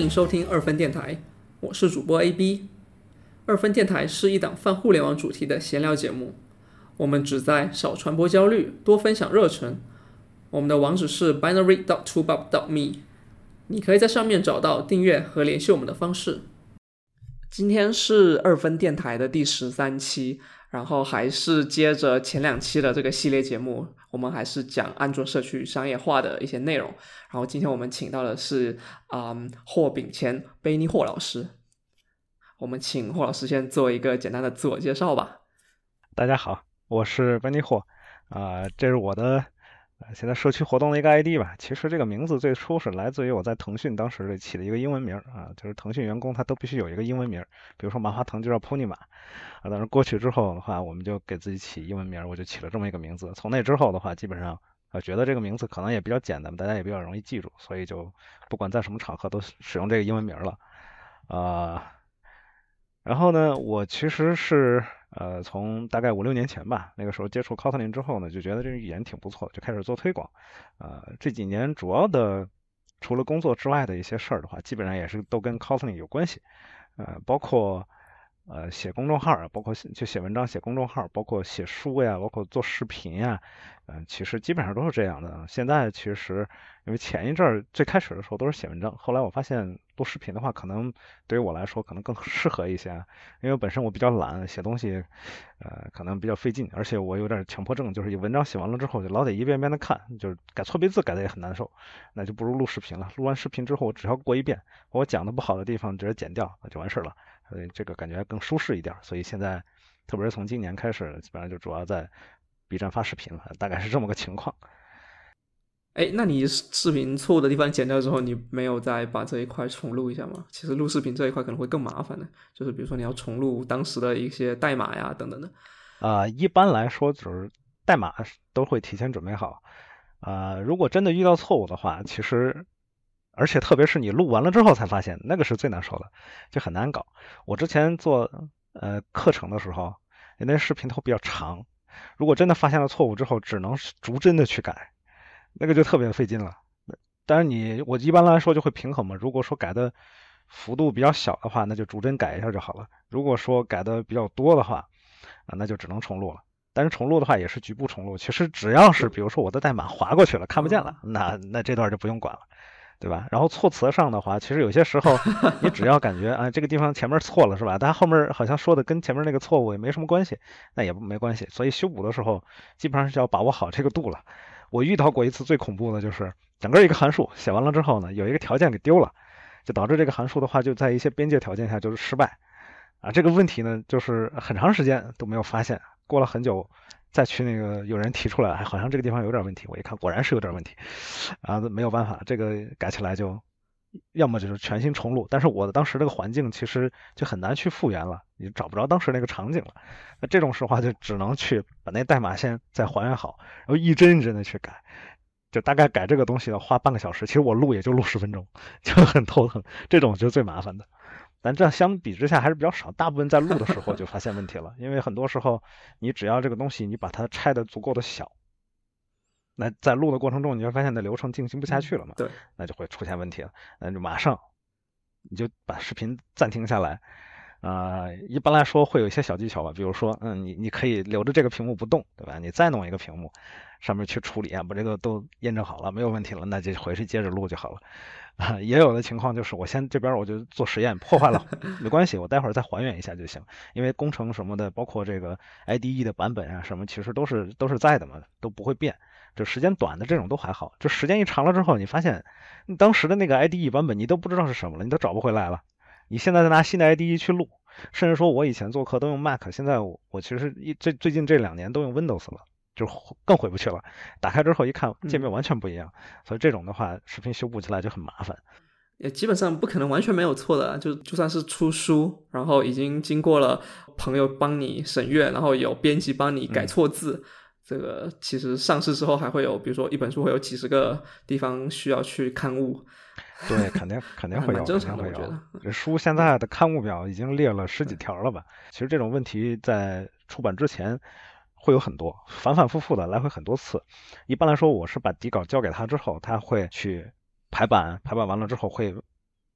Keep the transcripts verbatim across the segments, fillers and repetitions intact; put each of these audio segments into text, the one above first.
迎收听二分电台，我是主播 A B。二分电台是一档泛互联网主题的闲聊节目，我们旨在少传播焦虑，多分享热忱。我们的网址是 binary dot tubub dot me， 你可以在上面找到订阅和联系我们的方式。今天是二分电台的第十三期，然后还是接着前两期的这个系列节目，我们还是讲安卓社区商业化的一些内容。然后今天我们请到的是嗯霍炳谦贝尼霍老师，我们请霍老师先做一个简单的自我介绍吧。 大家好，我是贝尼霍，啊、呃，这是我的呃现在社区活动的一个 I D 吧。其实这个名字最初是来自于我在腾讯当时起的一个英文名啊，就是腾讯员工他都必须有一个英文名，比如说马化腾就叫 Pony 马啊。但是过去之后的话，我们就给自己起英文名，我就起了这么一个名字。从那之后的话，基本上啊觉得这个名字可能也比较简单，大家也比较容易记住，所以就不管在什么场合都使用这个英文名了啊。呃然后呢，我其实是呃从大概五六年前吧，那个时候接触 Kotlin 之后呢，就觉得这个语言挺不错，就开始做推广。呃，这几年主要的除了工作之外的一些事儿的话，基本上也是都跟 Kotlin 有关系。呃，包括呃写公众号啊，包括就写文章、写公众号，包括写书呀，包括做视频呀，嗯、呃，其实基本上都是这样的。现在其实因为前一阵儿最开始的时候都是写文章，后来我发现录视频的话，可能对于我来说可能更适合一些，因为本身我比较懒，写东西呃可能比较费劲，而且我有点强迫症，就是文章写完了之后就老得一遍遍的看，就是改错别字改的也很难受，那就不如录视频了。录完视频之后，我只要过一遍，我讲的不好的地方直接剪掉，那就完事了。所以这个感觉更舒适一点，所以现在特别是从今年开始，基本上就主要在 B 站发视频了，大概是这么个情况。 哎，那你视频错误的地方剪掉之后，你没有再把这一块重录一下吗？其实录视频这一块可能会更麻烦的，就是比如说你要重录当时的一些代码呀等等的。 啊、呃，一般来说就是代码都会提前准备好。啊、呃，如果真的遇到错误的话，其实而且特别是你录完了之后才发现，那个是最难受的，就很难搞。我之前做呃课程的时候，那视频都比较长，如果真的发现了错误之后，只能逐帧的去改，那个就特别费劲了。当然你我一般来说就会平衡嘛，如果说改的幅度比较小的话，那就逐帧改一下就好了。如果说改的比较多的话，啊，那就只能重录了。但是重录的话也是局部重录，其实只要是比如说我的代码划过去了看不见了，那那这段就不用管了，对吧？然后措辞上的话，其实有些时候你只要感觉啊这个地方前面错了是吧？但后面好像说的跟前面那个错误也没什么关系，那也没关系。所以修补的时候基本上是要把握好这个度了。我遇到过一次最恐怖的就是整个一个函数写完了之后呢，有一个条件给丢了，就导致这个函数的话就在一些边界条件下就是失败。啊，这个问题呢，就是很长时间都没有发现，过了很久再去那个有人提出来，哎，好像这个地方有点问题，我一看果然是有点问题，啊，没有办法，这个改起来就要么就是全新重录，但是我的当时这个环境其实就很难去复原了，你找不着当时那个场景了，那这种时候就只能去把那代码先再还原好，然后一帧一帧的去改。就大概改这个东西要花半个小时，其实我录也就录十分钟，就很头疼，这种就是最麻烦的。但这样相比之下还是比较少，大部分在录的时候就发现问题了，因为很多时候你只要这个东西你把它拆的足够的小，那在录的过程中你会发现的流程进行不下去了嘛， 对， 那就会出现问题了，那就马上你就把视频暂停下来。啊、呃，一般来说会有一些小技巧吧，比如说，嗯，你你可以留着这个屏幕不动，对吧？你再弄一个屏幕，上面去处理啊，把这个都验证好了，没有问题了，那就回去接着录就好了。啊，也有的情况就是我先这边我就做实验，破坏了没关系，我待会儿再还原一下就行。因为工程什么的，包括这个 I D E 的版本啊什么，其实都是都是在的嘛，都不会变。就时间短的这种都还好，就时间一长了之后，你发现你当时的那个 I D E 版本你都不知道是什么了，你都找不回来了。你现在再拿新的 I D E 去录，甚至说我以前做课都用 Mac， 现在我我其实一这最近这两年都用 Windows 了。就更回不去了，打开之后一看界面完全不一样，嗯、所以这种的话视频修补起来就很麻烦。 也基本上不可能完全没有错的，就就算是出书，然后已经经过了朋友帮你审阅，然后有编辑帮你改错字、嗯、这个其实上市之后还会有，比如说一本书会有几十个地方需要去刊物。 对，肯定肯定会有， 正常的肯定会有。 我觉得这书现在的刊物表已经列了十几条了吧？其实这种问题在出版之前会有很多，反反复复的来回很多次。一般来说，我是把底稿交给他之后，他会去排版，排版完了之后会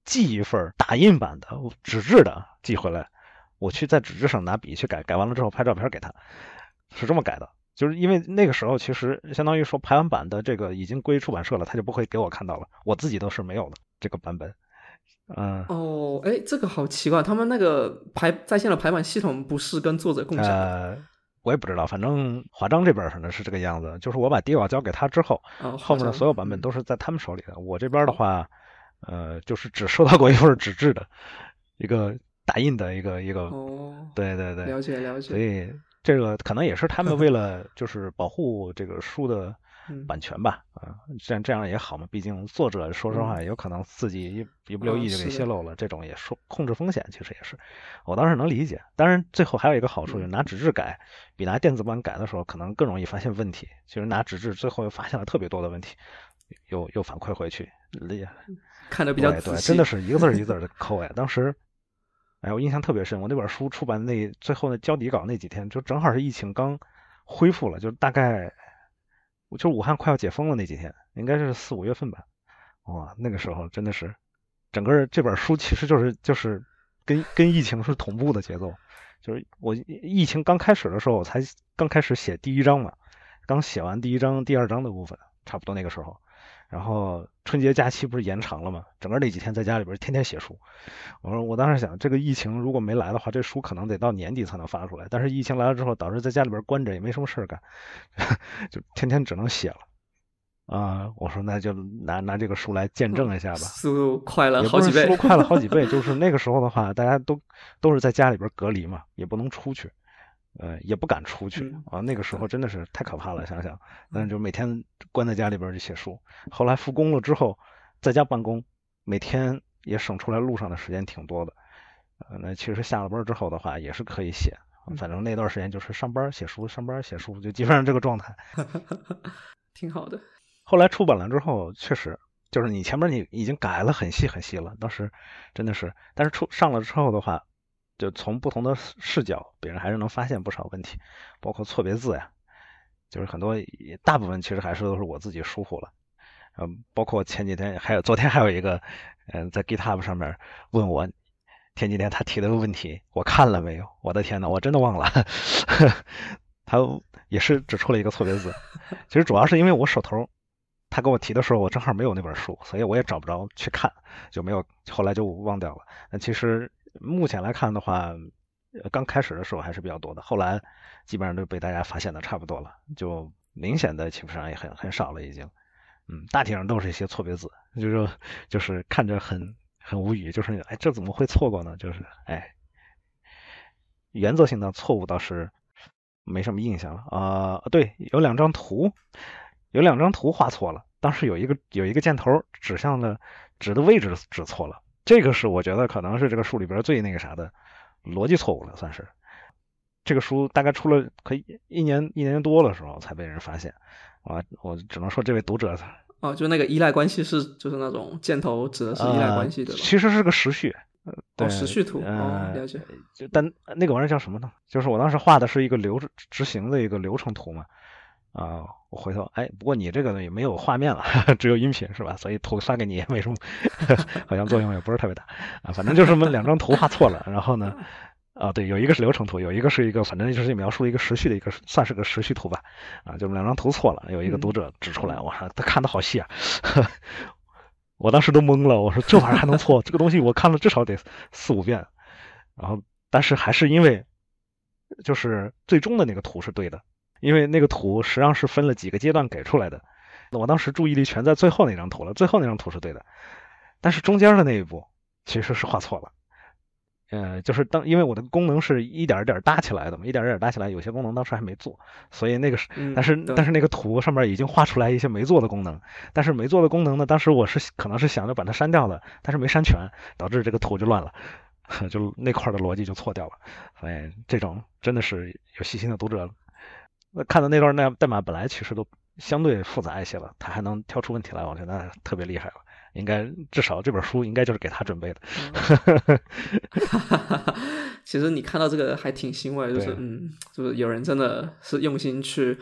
寄一份打印版的纸质的寄回来，我去在纸质上拿笔去改，改完了之后拍照片给他，是这么改的。就是因为那个时候其实相当于说排完版的这个已经归出版社了，他就不会给我看到了，我自己都是没有的这个版本。嗯， 哦，哎，这个好奇怪，他们那个排在线的排版系统不是跟作者共享的？ 呃，我也不知道，反正华章这边反正是这个样子，就是我把底稿交给他之后， 哦、 后面的所有版本嗯、 都是在他们手里的。我这边的话，呃，就是只收到过一份纸质的，一个打印的一个一个， 哦， 对对对， 了解了解。 所以这个可能也是他们为了就是保护这个书的版权吧，啊、嗯，这样这样也好嘛，毕竟作者说实话有可能自己一一不留意就给泄露了，嗯、这种也说控制风险，其实也是，我当时能理解。当然最后还有一个好处，就是拿纸质改比拿电子版改的时候可能更容易发现问题。其实拿纸质最后又发现了特别多的问题，又又反馈回去， 看得比较仔细， 对对，真的是一个字一个字的抠哎。当时，哎，我印象特别深，我那本书出版那最后那交底稿那几天，就正好是疫情刚恢复了，就大概就武汉快要解封了那几天，应该是四五月份吧。哇，那个时候真的是，整个这本书其实就是就是跟跟疫情是同步的节奏。就是我疫情刚开始的时候，我才刚开始写第一章嘛，刚写完第一章、第二章的部分，差不多那个时候。然后春节假期不是延长了吗？整个那几天在家里边天天写书。我说我当时想，这个疫情如果没来的话，这书可能得到年底才能发出来。但是疫情来了之后，导致在家里边关着也没什么事干，就天天只能写了。啊、呃，我说那就拿拿这个书来见证一下吧， 速度快了好几倍， 也不是速度快了好几倍，就是那个时候的话，大家都都是在家里边隔离嘛，也不能出去。呃，也不敢出去、嗯、啊！那个时候真的是太可怕了，想想，那就每天关在家里边就写书。后来复工了之后，在家办公，每天也省出来路上的时间挺多的。呃，那其实下了班之后的话，也是可以写。反正那段时间就是上班写书，上班写书，就基本上这个状态， 挺好的。 后来出版了之后，确实就是你前面你已经改了很细很细了，当时真的是，但是出上了之后的话。就从不同的视角，别人还是能发现不少问题，包括错别字呀，就是很多大部分其实还是都是我自己疏忽了。嗯，包括前几天还有昨天还有一个，嗯、呃，在 GitHub 上面问我前几天他提的个问题，我看了没有？我的天哪，我真的忘了。他也是指出了一个错别字，其实主要是因为我手头他给我提的时候，我正好没有那本书，所以我也找不着去看，就没有，后来就忘掉了。那其实。目前来看的话，刚开始的时候还是比较多的，后来基本上都被大家发现的差不多了，就明显的基本上也很很少了已经。嗯，大体上都是一些错别字，就是就是看着很很无语，就是哎这怎么会错过呢？就是哎，原则性的错误倒是没什么印象了啊、呃。对，有两张图，有两张图画错了，当时有一个有一个箭头指向的指的位置指错了。这个是我觉得可能是这个书里边最那个啥的逻辑错误了，算是。这个书大概出了可以一年一年多的时候才被人发现，啊，我只能说这位读者哦，就那个依赖关系是就是那种箭头指的是依赖关系的、呃， 其实是个时序， 哦，时序图， 呃、 哦，了解。 就但那个玩意儿叫什么呢？就是我当时画的是一个流执行的一个流程图嘛。啊、呃，我回头哎，不过你这个也没有画面了，只有音频是吧？所以图发给你也没什么，好像作用也不是特别大啊。反正就是我们两张图画错了，然后呢，啊对，有一个是流程图，有一个是一个反正就是描述一个时序的一个，算是个时序图吧。啊，就两张图错了，有一个读者指出来，哇，他看的好细啊，我当时都懵了，我说这玩意儿还能错？这个东西我看了至少得四五遍，然后但是还是因为就是最终的那个图是对的。因为那个图实际上是分了几个阶段给出来的，我当时注意力全在最后那张图了，最后那张图是对的，但是中间的那一步其实是画错了。呃，就是当因为我的功能是一点一点搭起来的嘛，一点一点搭起来，有些功能当时还没做，所以那个是，但是、嗯、但是那个图上面已经画出来一些没做的功能，但是没做的功能呢，当时我是可能是想着把它删掉的，但是没删全，导致这个图就乱了，就那块的逻辑就错掉了。所以这种真的是有细心的读者。那看到那段那代码本来其实都相对复杂一些了，他还能挑出问题来，我觉得特别厉害了。应该至少这本书应该就是给他准备的。 嗯、其实你看到这个还挺欣慰，就是嗯，就是有人真的是用心去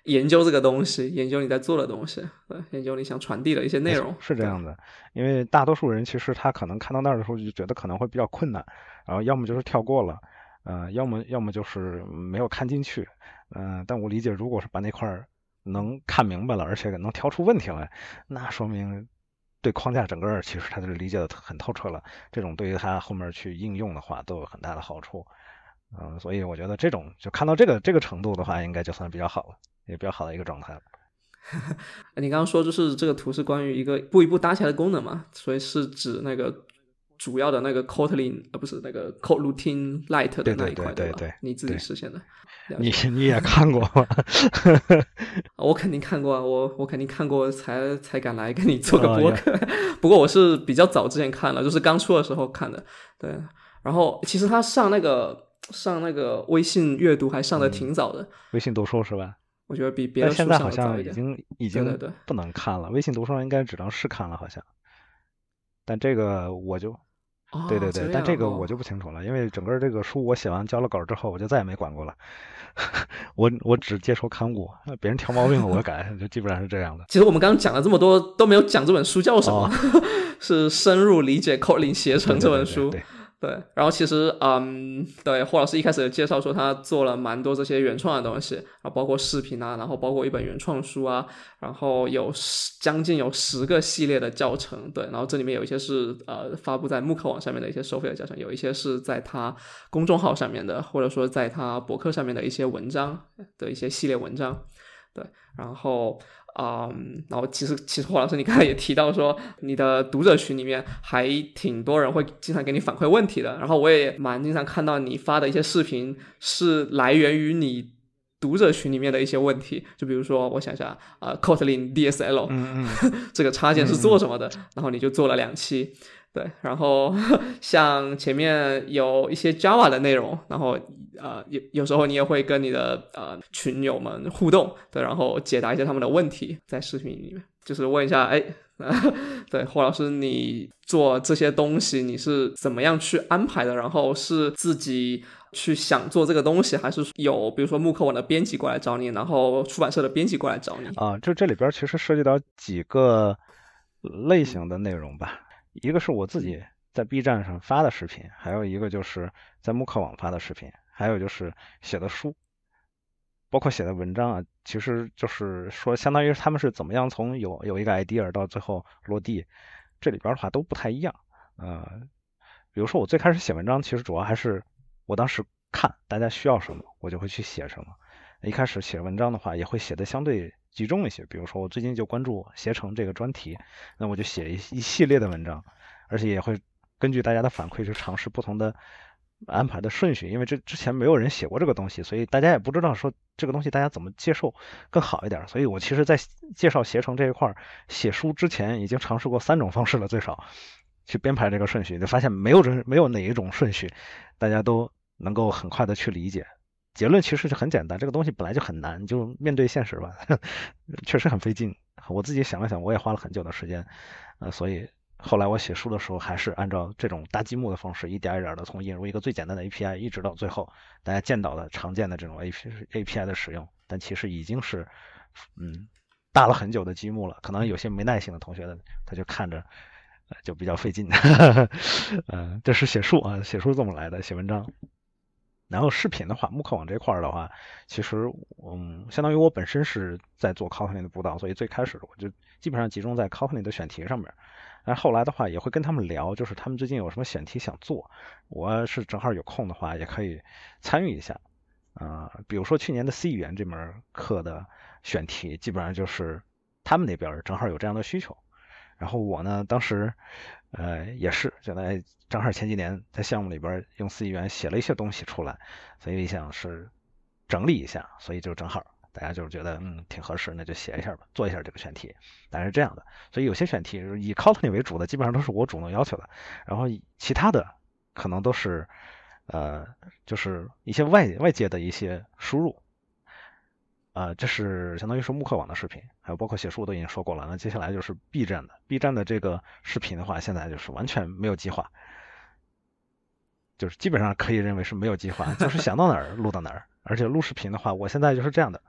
研究这个东西，研究你在做的东西，对，研究你想传递的一些内容。 是这样的，因为大多数人其实他可能看到那儿的时候就觉得可能会比较困难，然后要么就是跳过了，呃，要么要么就是没有看进去，嗯、呃，但我理解，如果是把那块能看明白了，而且能挑出问题来，那说明对框架整个其实他就理解的很透彻了，这种对于他后面去应用的话都有很大的好处。嗯、呃，所以我觉得这种就看到这个这个程度的话，应该就算比较好了，也比较好的一个状态了。 你刚刚说就是这个图是关于一个一步一步搭起来的功能嘛，所以是指那个主要的那个 Kotlin 呃不是那个 Code Routine Lite 的那一块， 对对对吧？ 对对， 你自己实现的。 你你也看过吗？ 我肯定看过啊，我我肯定看过才才敢来跟你做个播客。哦、不过我是比较早之前看了，就是刚出的时候看的。对，然后其实他上那个上那个微信阅读还上的挺早的， 嗯、微信读书是吧？ 我觉得比别的书上的早一点。 但现在好像已经已经不能看了，对对对，微信读书上应该只能试看了，好像。但这个我就。 哦、 对对对， 这但这个我就不清楚了，因为整个这个书我写完交了稿之后，我就再也没管过了。我我只接受看过，别人挑毛病了我改，就基本上是这样的。 其实我们刚刚讲了这么多，都没有讲这本书叫什么，哦、是深入理解 Kotlin 携程这本书。 对对对对对对，然后其实，嗯，对，霍老师一开始也介绍说他做了蛮多这些原创的东西，然后包括视频啊，然后包括一本原创书啊，然后有将近有十个系列的教程，对，然后这里面有一些是呃发布在慕课网上面的一些收费的教程，有一些是在他公众号上面的，或者说在他博客上面的一些文章的一些系列文章，对，然后。嗯，然后其实其实霍老师你刚才也提到说你的读者群里面还挺多人会经常给你反馈问题的，然后我也蛮经常看到你发的一些视频是来源于你读者群里面的一些问题，就比如说我想想啊、呃、Kotlin D S L 嗯嗯这个插件是做什么的，嗯嗯然后你就做了两期，对，然后像前面有一些 Java 的内容，然后呃有有时候你也会跟你的呃群友们互动，对，然后解答一些他们的问题，在视频里面，就是问一下，哎，对，霍老师，你做这些东西你是怎么样去安排的？然后是自己去想做这个东西，还是有比如说慕课网的编辑过来找你，然后出版社的编辑过来找你？ 啊，这这里边其实涉及到几个类型的内容吧。一个是我自己在 B 站上发的视频，还有一个就是在慕课网发的视频，还有就是写的书，包括写的文章啊，其实就是说相当于他们是怎么样从有有一个 idea 到最后落地，这里边的话都不太一样。呃，比如说我最开始写文章，其实主要还是我当时看大家需要什么，我就会去写什么。一开始写文章的话，也会写的相对集中一些。比如说我最近就关注携程这个专题，那我就写一一系列的文章，而且也会根据大家的反馈去尝试不同的安排的顺序。因为这之前没有人写过这个东西，所以大家也不知道说这个东西大家怎么接受更好一点。所以我其实在介绍携程这一块写书之前，已经尝试过三种方式了，最少去编排这个顺序，就发现没有人没有哪一种顺序大家都能够很快的去理解。结论其实是很简单，这个东西本来就很难，就面对现实吧，确实很费劲。我自己想了想，我也花了很久的时间，呃，所以后来我写书的时候，还是按照这种搭积木的方式，一点一点的从引入一个最简单的 A P I， 一直到最后大家见到的常见的这种 A P I 的使用，但其实已经是嗯搭了很久的积木了。可能有些没耐心的同学呢，他就看着就比较费劲。呃，这是写书啊，写书这么来的，写文章。然后视频的话，慕课网这块的话，其实嗯，相当于我本身是在做 Kotlin 的布道，所以最开始我就基本上集中在 Kotlin 的选题上面。但后来的话，也会跟他们聊，就是他们最近有什么选题想做，我是正好有空的话，也可以参与一下。啊、呃，比如说去年的 C 语言这门课的选题，基本上就是他们那边正好有这样的需求。然后我呢，当时呃也是就在正好前几年在项目里边用 C 语言写了一些东西出来，所以想是整理一下，所以就正好大家就觉得嗯挺合适，那就写一下吧，做一下这个选题。大概是这样的，所以有些选题以 Kotlin 为主的，基本上都是我主动要求的，然后其他的可能都是呃就是一些外外界的一些输入。呃，这是相当于是慕课网的视频，还有包括写书都已经说过了。那接下来就是 B 站的 ，B 站的这个视频的话，现在就是完全没有计划，就是基本上可以认为是没有计划，就是想到哪儿录到哪儿。而且录视频的话，我现在就是这样的，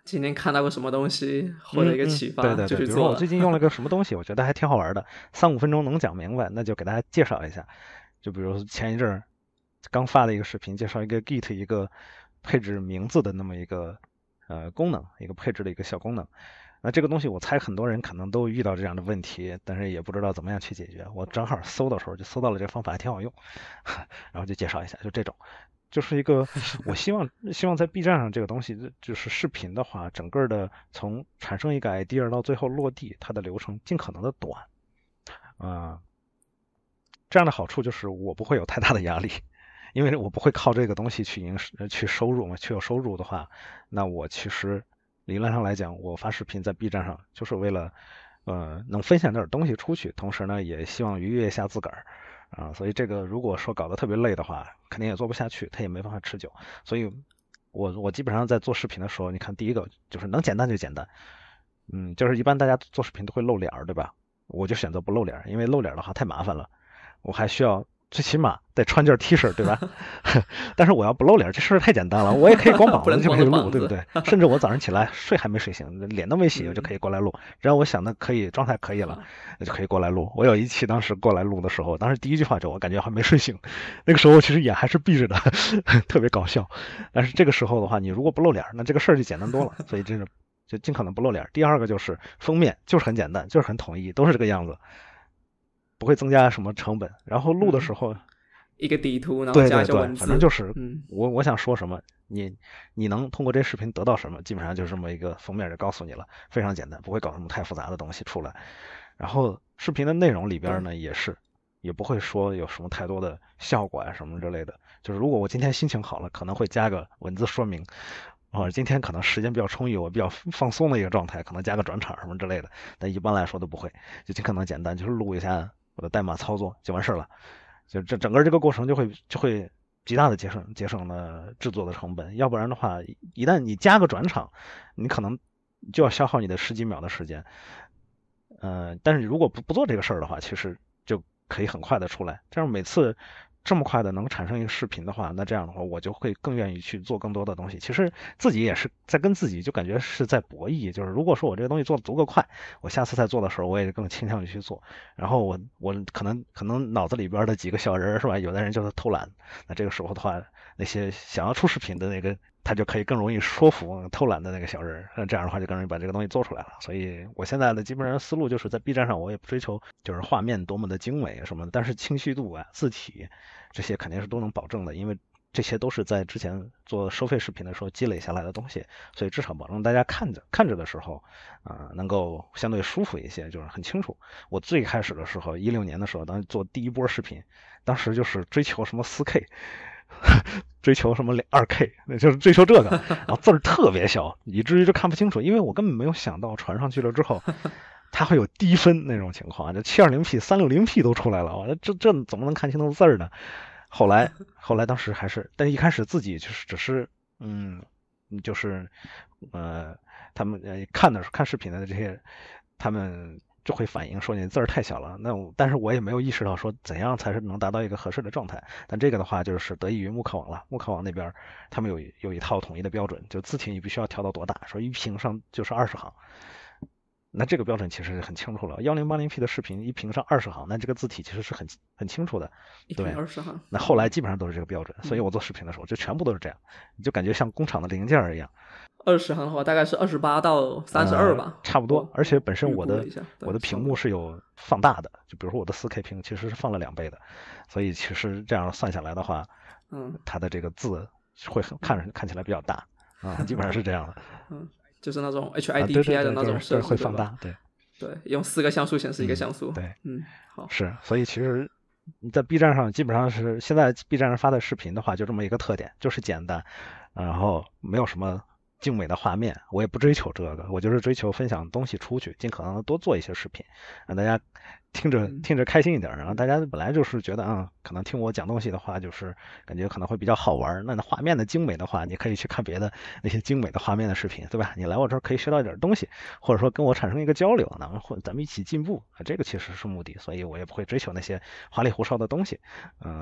今天看到个什么东西，获得一个启发， 嗯嗯、对对对，比如说我最近用了个什么东西，我觉得还挺好玩的，三五分钟能讲明白，那就给大家介绍一下。就比如前一阵儿刚发的一个视频，介绍一个 Git 一个配置名字的那么一个呃功能，一个配置的一个小功能。那这个东西我猜很多人可能都遇到这样的问题，但是也不知道怎么样去解决。我正好搜的时候就搜到了这个方法，还挺好用，然后就介绍一下，就这种。就是一个，我希望希望在 B 站上这个东西，就是视频的话，整个的从产生一个 idea 到最后落地，它的流程尽可能的短，啊、呃，这样的好处就是我不会有太大的压力，因为我不会靠这个东西去营去收入嘛，去有收入的话，那我其实理论上来讲，我发视频在 B 站上就是为了，呃，能分享点东西出去，同时呢，也希望愉悦一下自个儿。啊，所以这个如果说搞得特别累的话，肯定也做不下去，它也没办法持久。所以我我基本上在做视频的时候，你看第一个就是能简单就简单，嗯，就是一般大家做视频都会露脸，对吧？我就选择不露脸，因为露脸的话太麻烦了，我还需要最起码得穿件 T 恤，对吧？但是我要不露脸，这事儿太简单了，我也可以光膀子就可以录，对不对？甚至我早上起来睡还没睡醒，脸都没洗，我就可以过来录。只要我想的可以，状态可以了，那就可以过来录。我有一期当时过来录的时候，当时第一句话就我感觉还没睡醒，那个时候其实眼还是闭着的，特别搞笑。但是这个时候的话，你如果不露脸，那这个事儿就简单多了。所以真是就尽可能不露脸。第二个就是封面就是很简单，就是很统一，都是这个样子。不会增加什么成本，然后录的时候、嗯、 一个底图，然后加一些文字， 对对对，反正就是我、嗯、我想说什么，你你能通过这视频得到什么，基本上就是这么一个封面就告诉你了，非常简单，不会搞什么太复杂的东西出来。然后视频的内容里边呢也是，也不会说有什么太多的效果啊什么之类的，就是如果我今天心情好了，可能会加个文字说明。啊，今天可能时间比较充裕，我比较放松的一个状态，可能加个转场什么之类的，但一般来说都不会，就尽可能简单，就是录一下我的代码操作就完事了，就这整个这个过程就会就会极大的节省节省了制作的成本。要不然的话，一旦你加个转场，你可能就要消耗你的十几秒的时间。呃，但是如果不不做这个事儿的话，其实就可以很快的出来。这样每次这么快的能产生一个视频的话，那这样的话我就会更愿意去做更多的东西。其实自己也是在跟自己就感觉是在博弈，就是如果说我这个东西做的足够快，我下次再做的时候我也更倾向于去做。然后我我可能可能脑子里边的几个小人是吧，有的人就是偷懒，那这个时候的话，那些想要出视频的那个他就可以更容易说服偷懒的那个小人，那这样的话就更容易把这个东西做出来了。所以我现在的基本上思路就是在 B 站上我也不追求就是画面多么的精美什么的，但是清晰度啊字体这些肯定是都能保证的，因为这些都是在之前做收费视频的时候积累下来的东西，所以至少保证大家看着看着的时候啊、呃、能够相对舒服一些，就是很清楚。我最开始的时候一六年的时候当时做第一波视频，当时就是追求什么 四 K 追求什么 二 K， 那就是追求这个，然后字儿特别小，以至于就看不清楚，因为我根本没有想到传上去了之后它会有低分那种情况，这 七二零 P 三六零 P 都出来了，这这怎么能看清楚字儿呢？后来后来当时还是，但一开始自己就是只是嗯就是呃他们呃看的看视频的这些他们就会反映说你字儿太小了，那我但是我也没有意识到说怎样才是能达到一个合适的状态。但这个的话就是得益于木克网了，木克网那边他们有有一套统一的标准，就字体你必须要调到多大，说一屏上就是二十行。那这个标准其实很清楚了， 一零八零 P 的视频一屏上二十行，那这个字体其实是很很清楚的，对， 二十行。 那后来基本上都是这个标准，所以我做视频的时候就全部都是这样，你就感觉像工厂的零件一样。 二十行的话大概是二十八到三十二吧、 呃，差不多。而且本身我的我的屏幕是有放大的，就比如说我的 四 K 屏其实是放了两倍的，所以其实这样算下来的话， 嗯， 它的这个字会很看看起来比较大啊，基本上是这样的。 嗯，就是那种 H I D P I 的那种设计、 啊、会放大，对对，用四个像素显示一个像素， 嗯、对， 嗯，好， 是，所以其实你在 B 站上基本上是现在 B 站上发的视频的话，就这么一个特点，就是简单，然后没有什么精美的画面，我也不追求这个，我就是追求分享东西出去，尽可能多做一些视频，让大家听着听着开心一点。然后大家本来就是觉得啊、嗯，可能听我讲东西的话，就是感觉可能会比较好玩。那画面的精美的话，你可以去看别的那些精美的画面的视频，对吧？你来我这儿可以学到一点东西，或者说跟我产生一个交流，那么或咱们一起进步啊，这个其实是目的。所以我也不会追求那些花里胡哨的东西，嗯、呃，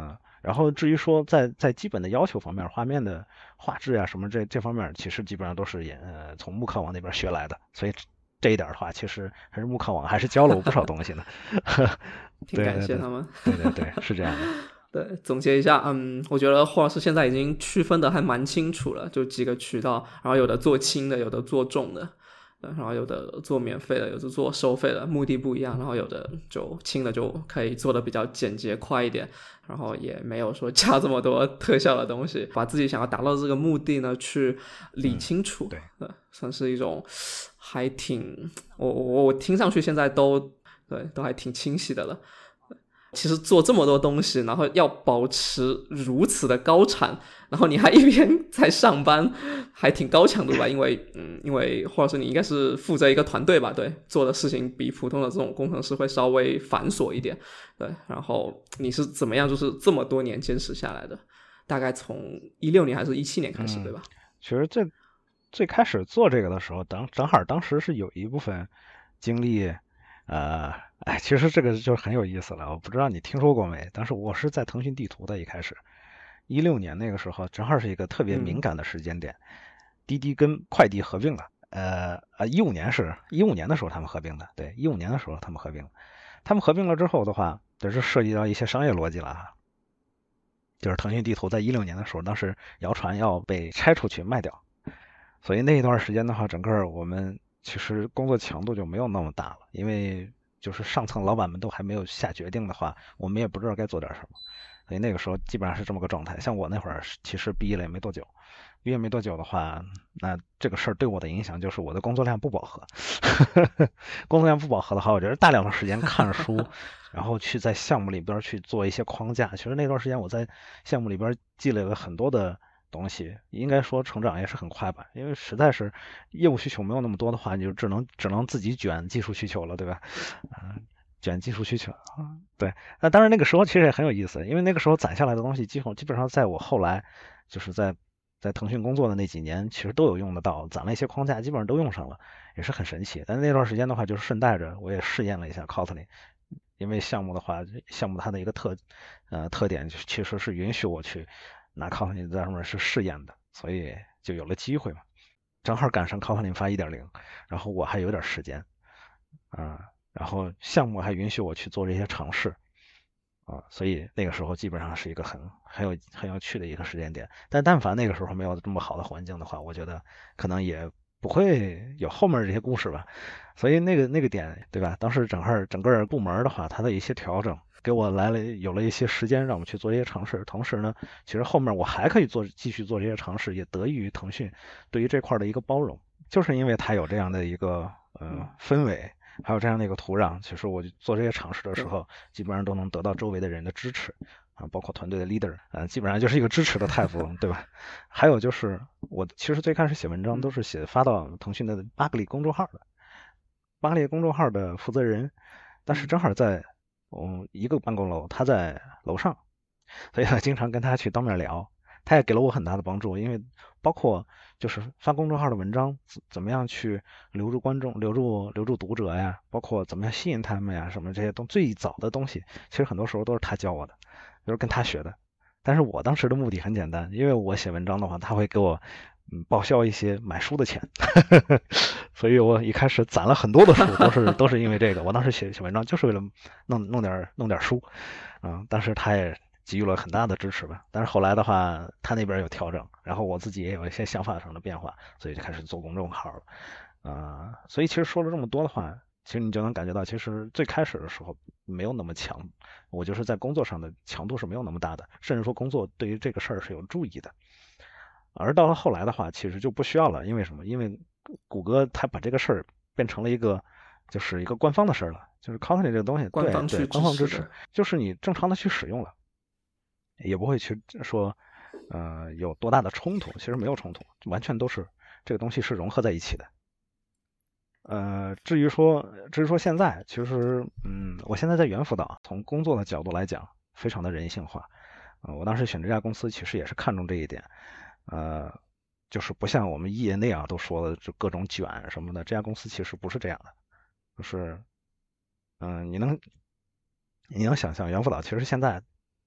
然后至于说在在基本的要求方面，画面的画质啊什么这这方面，其实基本上都是也呃从木刻网那边学来的，所以这一点的话，其实还是木刻网还是教了我不少东西呢。 挺感谢他们。 对对 对, 对, 对，是这样的。 对，总结一下，嗯，我觉得霍老师现在已经区分的还蛮清楚了，就几个渠道，然后有的做轻的，有的做重的，然后有的做免费的，有的做收费的，目的不一样，然后有的就轻的就可以做的比较简洁快一点，然后也没有说加这么多特效的东西，把自己想要达到这个目的呢去理清楚， 嗯、 对，算是一种还挺，我我我听上去现在都对都还挺清晰的了。其实做这么多东西，然后要保持如此的高产，然后你还一边在上班，还挺高强度吧？因为，嗯，因为或者说你应该是负责一个团队吧？对，做的事情比普通的这种工程师会稍微繁琐一点。对，然后你是怎么样，就是这么多年坚持下来的？大概从一六年还是一七年开始， 嗯、 对吧？ 其实最最开始做这个的时候，当正好当时是有一部分精力。呃，哎，其实这个就很有意思了，我不知道你听说过没？但是我是在腾讯地图的，一开始，一六年那个时候，正好是一个特别敏感的时间点，嗯、滴滴跟快递合并了。呃呃，一五年是一五年的时候他们合并的，对，一五年的时候他们合并了。他们合并了之后的话，这是涉及到一些商业逻辑了哈。就是腾讯地图在一六年的时候，当时谣传要被拆出去卖掉，所以那一段时间的话，整个我们。其实工作强度就没有那么大了，因为就是上层老板们都还没有下决定的话，我们也不知道该做点什么，所以那个时候基本上是这么个状态。像我那会儿其实毕业了也没多久，毕业没多久的话，那这个事儿对我的影响就是我的工作量不饱和。工作量不饱和的话，我觉得大量的时间看书，然后去在项目里边去做一些框架。其实那段时间我在项目里边积累了很多的东西，应该说成长也是很快吧，因为实在是业务需求没有那么多的话，你就只能只能自己卷技术需求了，对吧？嗯，卷技术需求，对。那当然那个时候其实也很有意思，因为那个时候攒下来的东西，基本基本上在我后来就是在在腾讯工作的那几年，其实都有用得到，攒了一些框架，基本上都用上了，也是很神奇。但那段时间的话，就是顺带着我也试验了一下 Kotlin， 因为项目的话，项目它的一个特呃特点其实是允许我去。拿 Kotlin 在上面是试验的，所以就有了机会嘛。正好赶上 Kotlin 发 一点零， 然后我还有点时间，啊、呃，然后项目还允许我去做这些尝试，啊、呃，所以那个时候基本上是一个很很有很有趣的一个时间点。但但凡那个时候没有这么好的环境的话，我觉得可能也不会有后面这些故事吧。所以那个那个点，对吧？当时整个整个部门的话，它的一些调整。给我来了有了一些时间让我们去做这些尝试，同时呢，其实后面我还可以做继续做这些尝试，也得益于腾讯对于这块的一个包容，就是因为它有这样的一个呃氛围，还有这样的一个土壤，其实我做这些尝试的时候，基本上都能得到周围的人的支持啊，包括团队的 leader 啊，基本上就是一个支持的态度，对吧？还有就是我其实最开始写文章都是写发到腾讯的巴格利公众号的，巴格利公众号的负责人，但是正好在。嗯，一个办公楼，他在楼上，所以呢，经常跟他去当面聊，他也给了我很大的帮助，因为包括就是发公众号的文章怎么样去留住观众、留住留住读者呀，包括怎么样吸引他们呀，什么这些东最早的东西，其实很多时候都是他教我的，就是跟他学的。但是我当时的目的很简单，因为我写文章的话，他会给我嗯报销一些买书的钱，所以我一开始攒了很多的书，都是都是因为这个。我当时写写文章就是为了弄弄点弄点书，嗯，但是他也给予了很大的支持吧。但是后来的话，他那边有调整，然后我自己也有一些想法上的变化，所以就开始做公众号了，啊、呃，所以其实说了这么多的话。其实你就能感觉到，其实最开始的时候没有那么强，我就是在工作上的强度是没有那么大的，甚至说工作对于这个事儿是有注意的。而到了后来的话，其实就不需要了，因为什么？因为谷歌它把这个事儿变成了一个，就是一个官方的事儿了，就是 Kotlin 这个东西， 官方对对，官方支持，就是你正常的去使用了，也不会去说，呃，有多大的冲突，其实没有冲突，完全都是这个东西是融合在一起的。呃，至于说，至于说现在，其实，嗯，我现在在猿辅导，从工作的角度来讲，非常的人性化。呃，我当时选这家公司，其实也是看重这一点。呃，就是不像我们业内啊都说的就各种卷什么的，这家公司其实不是这样的。就是，嗯、呃，你能，你能想象猿辅导其实现在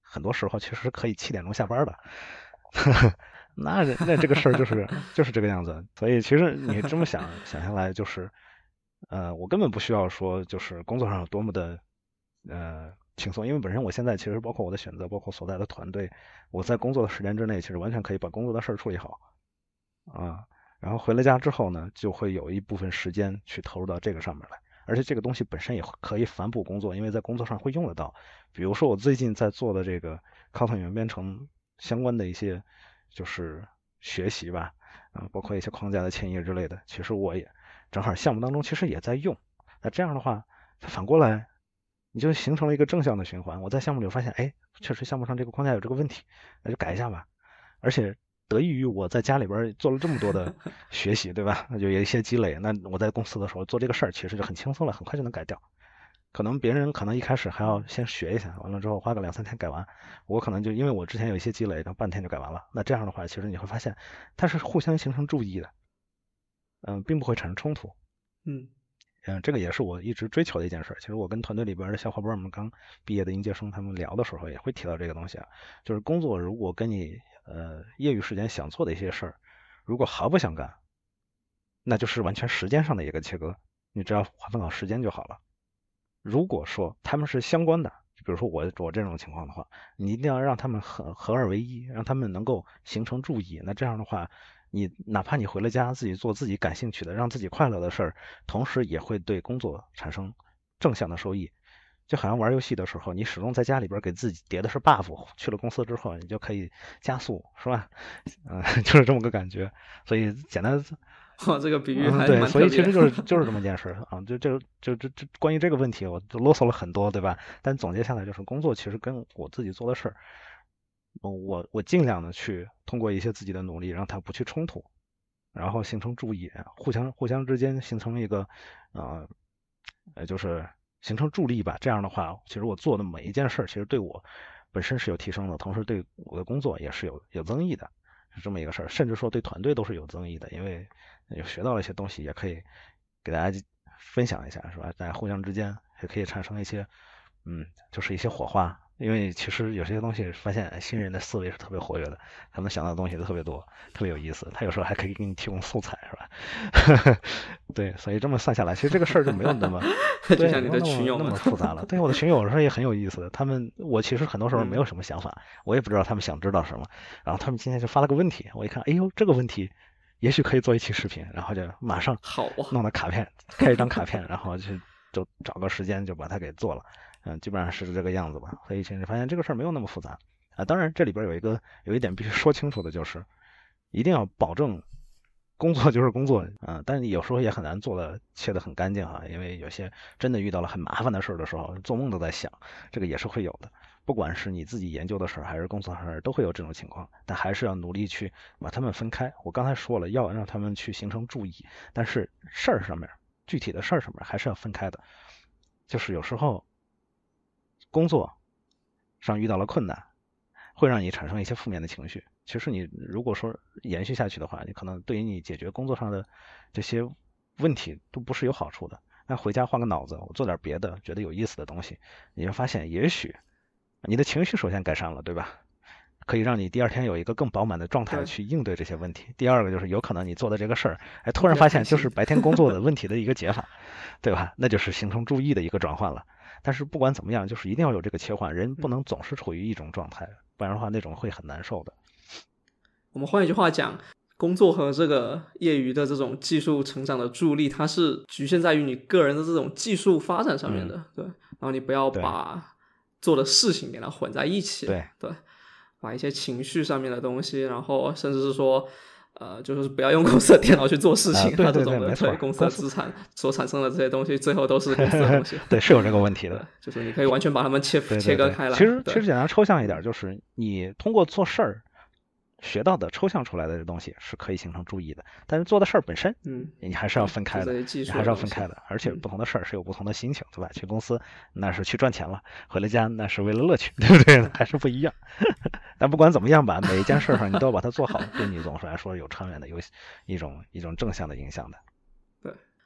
很多时候其实可以七点钟下班的。那那这个事儿就是就是这个样子。所以其实你这么想想下来，就是呃，我根本不需要说就是工作上有多么的呃轻松，因为本身我现在其实包括我的选择，包括所在的团队，我在工作的时间之内，其实完全可以把工作的事儿处理好啊。然后回了家之后呢，就会有一部分时间去投入到这个上面来，而且这个东西本身也可以反哺工作，因为在工作上会用得到。比如说我最近在做的这个 Kotlin 语编程相关的一些就是学习吧，啊，包括一些框架的迁移之类的，其实我也正好项目当中其实也在用。那这样的话，反过来你就形成了一个正向的循环。我在项目里发现，哎，确实项目上这个框架有这个问题，那就改一下吧。而且得益于我在家里边做了这么多的学习，对吧？那就有一些积累。那我在公司的时候做这个事儿，其实就很轻松了，很快就能改掉。可能别人可能一开始还要先学一下，完了之后花个两三天改完，我可能就因为我之前有一些积累，然后半天就改完了。那这样的话，其实你会发现它是互相形成注意的，嗯，并不会产生冲突。 嗯嗯，这个也是我一直追求的一件事。其实我跟团队里边的小伙伴们刚毕业的应届生他们聊的时候，也会提到这个东西啊，就是工作如果跟你呃业余时间想做的一些事儿，如果毫不相干，那就是完全时间上的一个切割，你只要划分好时间就好了。如果说他们是相关的，比如说我我这种情况的话，你一定要让他们合合二为一，让他们能够形成注意。那这样的话，你哪怕你回了家自己做自己感兴趣的、让自己快乐的事儿，同时也会对工作产生正向的收益。就好像玩游戏的时候，你始终在家里边给自己叠的是 buff， 去了公司之后你就可以加速，是吧？嗯、呃，就是这么个感觉。所以简单。 哇，这个比喻还嗯，对， 蛮所以其实特别的。 就是就是这么件事啊，就就就就就关于这个问题，我就啰嗦了很多，对吧？但总结下来就是，工作其实跟我自己做的事儿，我我尽量的去通过一些自己的努力，让它不去冲突，然后形成注意，互相互相之间形成一个呃呃就是形成助力吧。这样的话，其实我做的每一件事儿，其实对我本身是有提升的，同时对我的工作也是有有增益的，是这么一个事儿。甚至说对团队都是有增益的，因为有学到了一些东西，也可以给大家分享一下，是吧？大家互相之间也可以产生一些嗯，就是一些火花。因为其实有些东西发现新人的思维是特别活跃的，他们想到的东西都特别多，特别有意思。他有时候还可以给你提供素材，是吧？对，所以这么算下来，其实这个事儿就没有那么就像你的对， 群友们那么那么复杂了。对，我的群友有时候也很有意思的，他们我其实很多时候没有什么想法，我也不知道他们想知道什么，然后他们今天就发了个问题，我一看，哎呦，这个问题也许可以做一期视频，然后就马上好啊， 弄的卡片，开一张卡片，然后就就找个时间就把它给做了。嗯，基本上是这个样子吧。所以其实发现这个事儿没有那么复杂啊。当然，这里边有一个有一点必须说清楚的，就是一定要保证工作就是工作啊。但是有时候也很难做的切得很干净哈，因为有些真的遇到了很麻烦的事儿的时候，做梦都在想，这个也是会有的。不管是你自己研究的事儿，还是工作上的事儿，都会有这种情况。但还是要努力去把它们分开。我刚才说了，要让他们去形成注意，但是事儿上面具体的事儿上面还是要分开的。就是有时候工作上遇到了困难，会让你产生一些负面的情绪。其实你如果说延续下去的话，你可能对于你解决工作上的这些问题都不是有好处的。那回家换个脑子，我做点别的，觉得有意思的东西，你会发现，也许你的情绪首先改善了，对吧？可以让你第二天有一个更饱满的状态去应对这些问题。第二个就是有可能你做的这个事儿，哎，突然发现就是白天工作的问题的一个解法，对吧？那就是形成注意的一个转换了。但是不管怎么样，就是一定要有这个切换，人不能总是处于一种状态，不然的话那种会很难受的。 我们换一句话讲，工作和这个业余的这种技术成长的助力，它是局限在于你个人的这种技术发展上面的，嗯、对。然后你不要把做的事情给它混在一起， 对对，把一些情绪上面的东西，然后甚至是说。呃，就是不要用公司的电脑去做事情， 啊、对对对， 没错， 公司的资产所产生的这些东西，最后都是公司的东西。 对，是有这个问题的， 就是你可以完全把它们切对对对切割开来。 其实其实简单抽象一点，就是你通过做事儿学到的抽象出来的东西是可以形成注意的，但是做的事儿本身， 嗯， 你还是要分开的， 的你还是要分开的。而且不同的事儿是有不同的心情，对吧？去公司那是去赚钱了，回了家那是为了乐趣，对不对？还是不一样。但不管怎么样吧，每一件事上你都要把它做好，对你总是来说有长远的有一种一种正向的影响的。 对，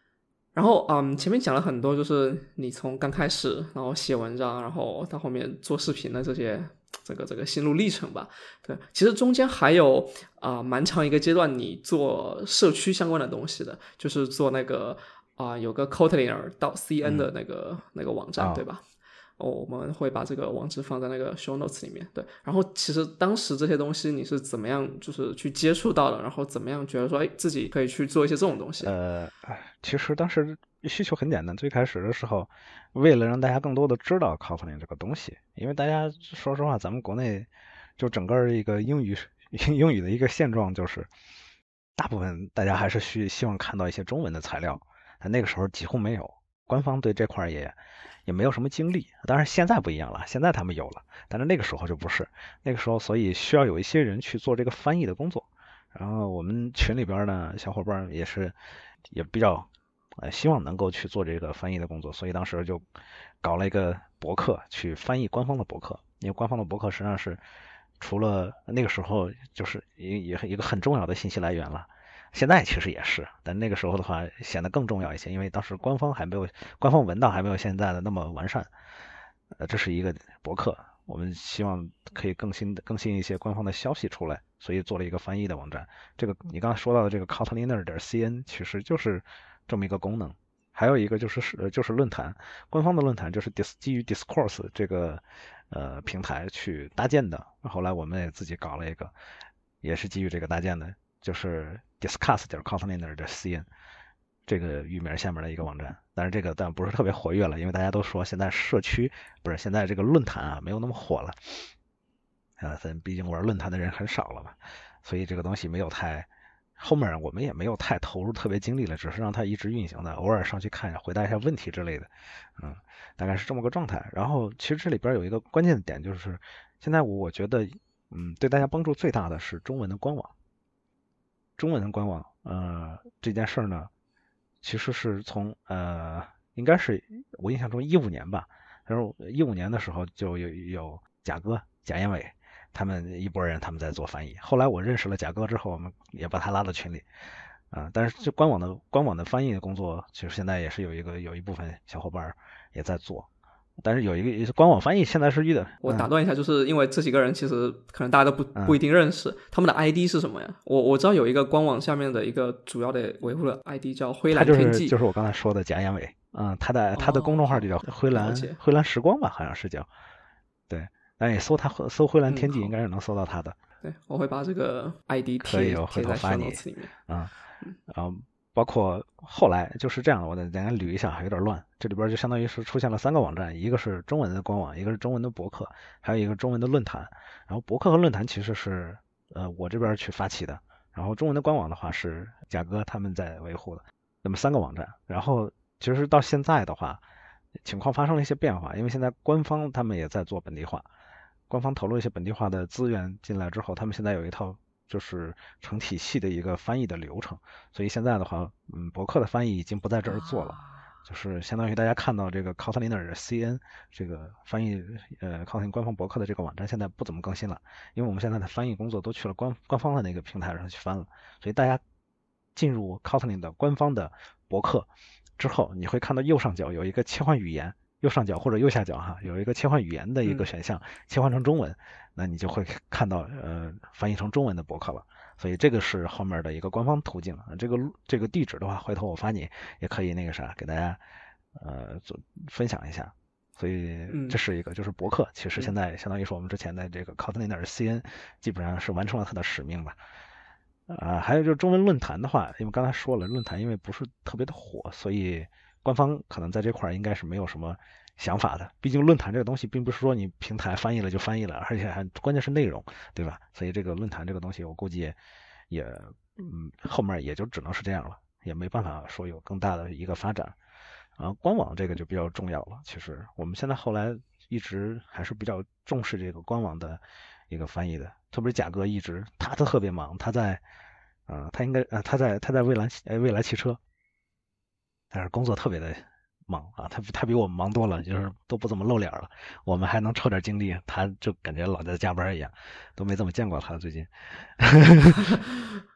然后，嗯，前面讲了很多，就是你从刚开始，然后写文章，然后到后面做视频的这些，这个这个心路历程吧。对，其实中间还有啊、呃蛮长一个阶段，你做社区相关的东西的，就是做那个啊、呃有个 Kotliner 到 C N 的那个、嗯、那个网站， 哦、 对吧？哦，我们会把这个网址放在那个 show notes 里面。对，然后其实当时这些东西你是怎么样，就是去接触到的，然后怎么样觉得说，哎，自己可以去做一些这种东西？ 呃，其实当时需求很简单，最开始的时候，为了让大家更多的知道 Kotlin 这个东西，因为大家说实话，咱们国内就整个一个英语英语的一个现状就是，大部分大家还是需希望看到一些中文的材料，但那个时候几乎没有，官方对这块也也没有什么精力。当然现在不一样了，现在他们有了，但是那个时候就不是，那个时候所以需要有一些人去做这个翻译的工作。然后我们群里边呢，小伙伴也是也比较呃希望能够去做这个翻译的工作，所以当时就搞了一个博客去翻译官方的博客，因为官方的博客实际上是除了那个时候就是也也一个很重要的信息来源了。现在其实也是，但那个时候的话显得更重要一些，因为当时官方还没有官方文档还没有现在的那么完善。呃，这是一个博客，我们希望可以更新的更新一些官方的消息出来，所以做了一个翻译的网站。这个你刚才说到的这个 Kotliner 点 C N 其实就是这么一个功能。还有一个就是是就是论坛，官方的论坛就是 dis 基于 Discourse 这个呃平台去搭建的。后来我们也自己搞了一个，也是基于这个搭建的，就是 discuss 点 Kotliner 点 C N。这个域名下面的一个网站，但是这个但不是特别活跃了，因为大家都说现在社区不是现在这个论坛啊没有那么火了，啊，咱毕竟玩论坛的人很少了嘛，所以这个东西没有太后面我们也没有太投入特别精力了，只是让它一直运行的，偶尔上去看一下，回答一下问题之类的，嗯，大概是这么个状态。然后其实这里边有一个关键的点，就是现在我觉得，嗯，对大家帮助最大的是中文的官网，中文的官网，呃，这件事呢。其实是从呃，应该是我印象中一五年吧，然后一五年的时候就有有贾哥贾彦伟他们一拨人他们在做翻译。后来我认识了贾哥之后，我们也把他拉到群里啊、呃。但是这官网的官网的翻译的工作，其实现在也是有一个有一部分小伙伴也在做。但是有一个官网翻译现在是遇的， 我打断一下，就是因为这几个人其实可能大家都不不一定认识，他们的 I D 是什么呀？我我知道有一个官网下面的一个主要的维护的 I D 叫灰蓝天际， 就是就是我刚才说的贾彦伟，嗯，他的他的公众号就叫灰蓝、 哦、 灰蓝时光吧，好像是叫，对，但你搜他搜灰蓝天际应该是能搜到他的。 嗯、对，我会把这个 I D 可以，我回头发你里面啊，然后包括后来就是这样的，我再简单捋一下，有点乱。这里边就相当于是出现了三个网站，一个是中文的官网，一个是中文的博客，还有一个中文的论坛。然后博客和论坛其实是呃我这边去发起的，然后中文的官网的话是贾哥他们在维护的。那么三个网站，然后其实到现在的话，情况发生了一些变化，因为现在官方他们也在做本地化，官方投入一些本地化的资源进来之后，他们现在有一套就是成体系的一个翻译的流程，所以现在的话，嗯，博客的翻译已经不在这儿做了，就是相当于大家看到这个 Kotliner C N 这个翻译，呃，Kotlin 官方博客的这个网站现在不怎么更新了，因为我们现在的翻译工作都去了官官方的那个平台上去翻了，所以大家进入 Kotlin 的官方的博客之后，你会看到右上角有一个切换语言。右上角或者右下角哈，有一个切换语言的一个选项，嗯、切换成中文，那你就会看到呃翻译成中文的博客了。所以这个是后面的一个官方途径。这个这个地址的话，回头我发你也可以那个啥给大家呃做分享一下。所以这是一个就是博客，其实现在相当于是我们之前的这个 Kotliner C N 基本上是完成了它的使命吧。啊、呃，还有就是中文论坛的话，因为刚才说了，论坛因为不是特别的火，所以官方可能在这块应该是没有什么想法的。毕竟论坛这个东西并不是说你平台翻译了就翻译了，而且还关键是内容，对吧？所以这个论坛这个东西，我估计也也嗯后面也就只能是这样了，也没办法说有更大的一个发展。啊，官网这个就比较重要了。其实我们现在后来一直还是比较重视这个官网的一个翻译的，特别是贾哥一直他特别忙，他在。嗯、呃，他应该呃他在他在蔚蓝呃蔚来汽车，但是工作特别的忙啊，他他比我们忙多了，就是都不怎么露脸了。我们还能抽点精力，他就感觉老在加班一样，都没怎么见过他最近。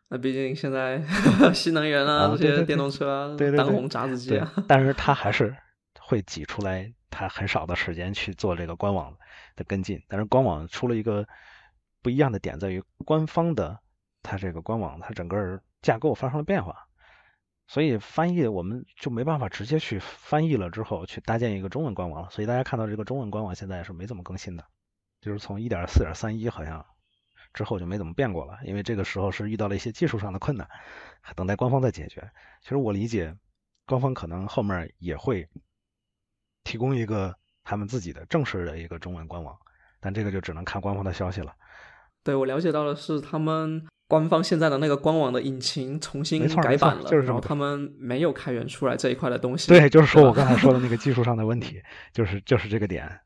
那毕竟现在新能源啊， 啊， 这对对对些电动车啊， 对对对当红炸子鸡对， 啊。 但是他还是会挤出来他很少的时间去做这个官网的跟进。但是官网出了一个不一样的点，在于官方的它这个官网它整个架构发生了变化，所以翻译我们就没办法直接去翻译了之后去搭建一个中文官网了。所以大家看到这个中文官网现在是没怎么更新的，就是从一点四点三一好像之后就没怎么变过了，因为这个时候是遇到了一些技术上的困难，还等待官方再解决。其实我理解，官方可能后面也会提供一个他们自己的正式的一个中文官网，但这个就只能看官方的消息了。 对，我了解到的是，他们官方现在的那个官网的引擎重没新错没错， 改版了， 就是这么个。 然后他们没有开源出来这一块的东西。 对，就是说对吧我刚才说的那个技术上的问题，就是就是这个点。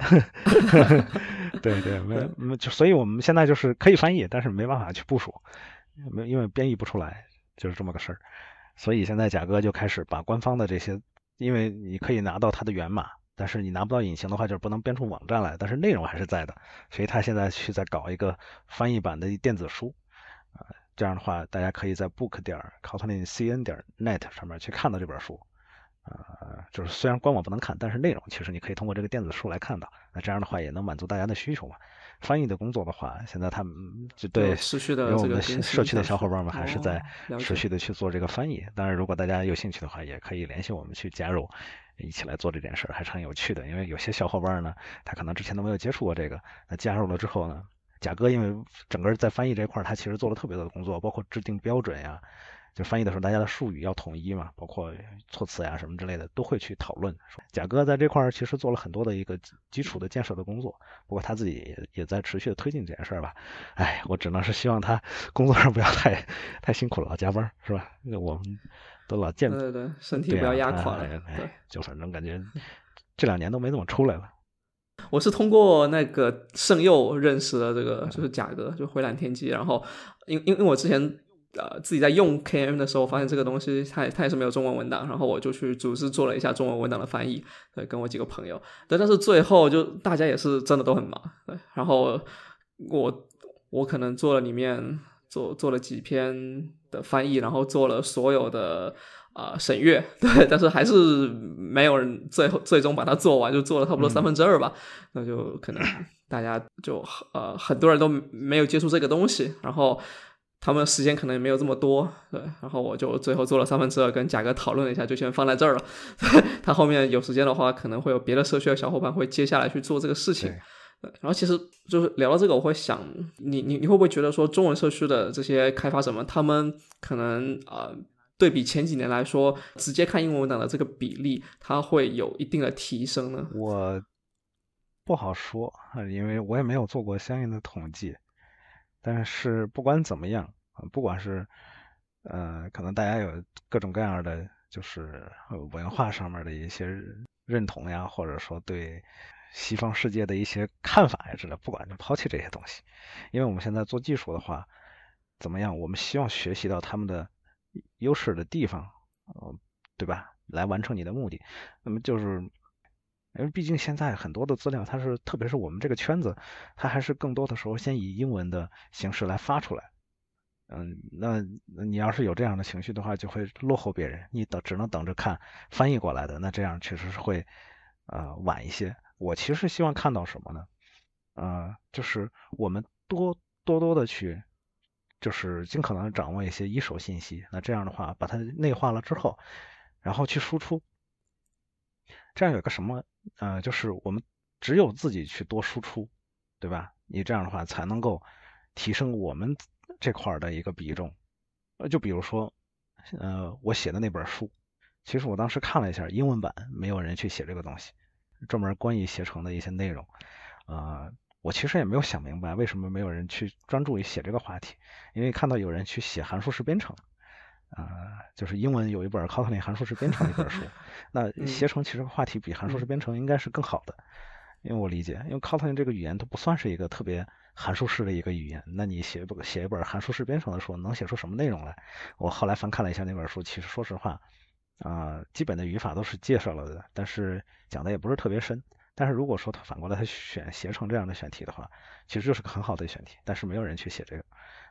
对对，没对没就，所以我们现在就是可以翻译，但是没办法去部署，没因为编译不出来，就是这么个事儿。所以现在甲哥就开始把官方的这些，因为你可以拿到它的源码，但是你拿不到引擎的话，就是不能编出网站来，但是内容还是在的。所以他现在去在搞一个翻译版的电子书，啊、这样的话大家可以在 book 点 kotlin c n 点 net 上面去看到这本书。呃，就是虽然官网不能看，但是内容其实你可以通过这个电子书来看到。那这样的话也能满足大家的需求嘛。翻译的工作的话，现在他们就对， 有持续的因为我们的这个更社区的新下去。 小伙伴们还是在哦，了持解。 续的去做这个翻译。当然，如果大家有兴趣的话，也可以联系我们去加入，一起来做这件事儿，还是很有趣的。因为有些小伙伴呢，他可能之前都没有接触过这个，那加入了之后呢，甲哥因为整个在翻译这一块儿，他其实做了特别多的工作，包括制定标准呀。就翻译的时候，大家的术语要统一嘛，包括措辞呀什么之类的，都会去讨论。甲哥在这块儿其实做了很多的一个基础的建设的工作，不过他自己也也在持续的推进这件事儿吧。哎，我只能是希望他工作上不要太太辛苦了，老加班是吧？我们都老见， 对对对，身体不要对啊， 压垮了。 哎对， 哎，就反正感觉这两年都没怎么出来了。 我是通过那个圣佑认识了这个， 嗯就是甲哥，就回蓝天机。然后，因因为我之前呃自己在用 K M 的时候，发现这个东西它它也是没有中文文档，然后我就去组织做了一下中文文档的翻译，对，跟我几个朋友。对，但是最后就大家也是真的都很忙，对，然后我我可能做了里面做做了几篇的翻译，然后做了所有的。啊、呃，审阅对，但是还是没有人最后最终把它做完，就做了差不多三分之二吧。嗯、那就可能大家就呃很多人都没有接触这个东西，然后他们时间可能也没有这么多，对。然后我就最后做了三分之二，跟甲哥讨论了一下，就先放在这儿了。他后面有时间的话，可能会有别的社区的小伙伴会接下来去做这个事情。对，然后其实就是聊到这个，我会想，你你你会不会觉得说，中文社区的这些开发者们，他们可能呃。对比前几年来说，直接看英文文档的这个比例，它会有一定的提升呢？ 我不好说，因为我也没有做过相应的统计。但是不管怎么样，不管是呃，可能大家有各种各样的就是文化上面的一些认同呀，或者说对西方世界的一些看法呀之类的，不管就抛弃这些东西，因为我们现在做技术的话，怎么样？我们希望学习到他们的优势的地方，呃，对吧？来完成你的目的。那么就是，因为毕竟现在很多的资料，它是特别是我们这个圈子，它还是更多的时候先以英文的形式来发出来。嗯，那你要是有这样的情绪的话，就会落后别人。你等只能等着看翻译过来的，那这样确实是会呃晚一些。我其实希望看到什么呢？呃，就是我们多多多的去。就是尽可能掌握一些一手信息，那这样的话把它内化了之后，然后去输出，这样有个什么呃，就是我们只有自己去多输出，对吧？你这样的话才能够提升我们这块的一个比重。呃，就比如说，呃，我写的那本书，其实我当时看了一下英文版，没有人去写这个东西，专门关于携程的一些内容，呃。我其实也没有想明白为什么没有人去专注于写这个话题，因为看到有人去写函数式编程，啊、呃，就是英文有一本 Kotlin 函数式编程的一本书，那携程其实话题比函数式编程应该是更好的，因为我理解，因为 Kotlin 这个语言它不算是一个特别函数式的一个语言，那你写一写一本函数式编程的书，能写出什么内容来？我后来翻看了一下那本书，其实说实话，啊、呃，基本的语法都是介绍了的，但是讲的也不是特别深。但是如果说他反过来他选携程这样的选题的话，其实就是个很好的选题，但是没有人去写这个。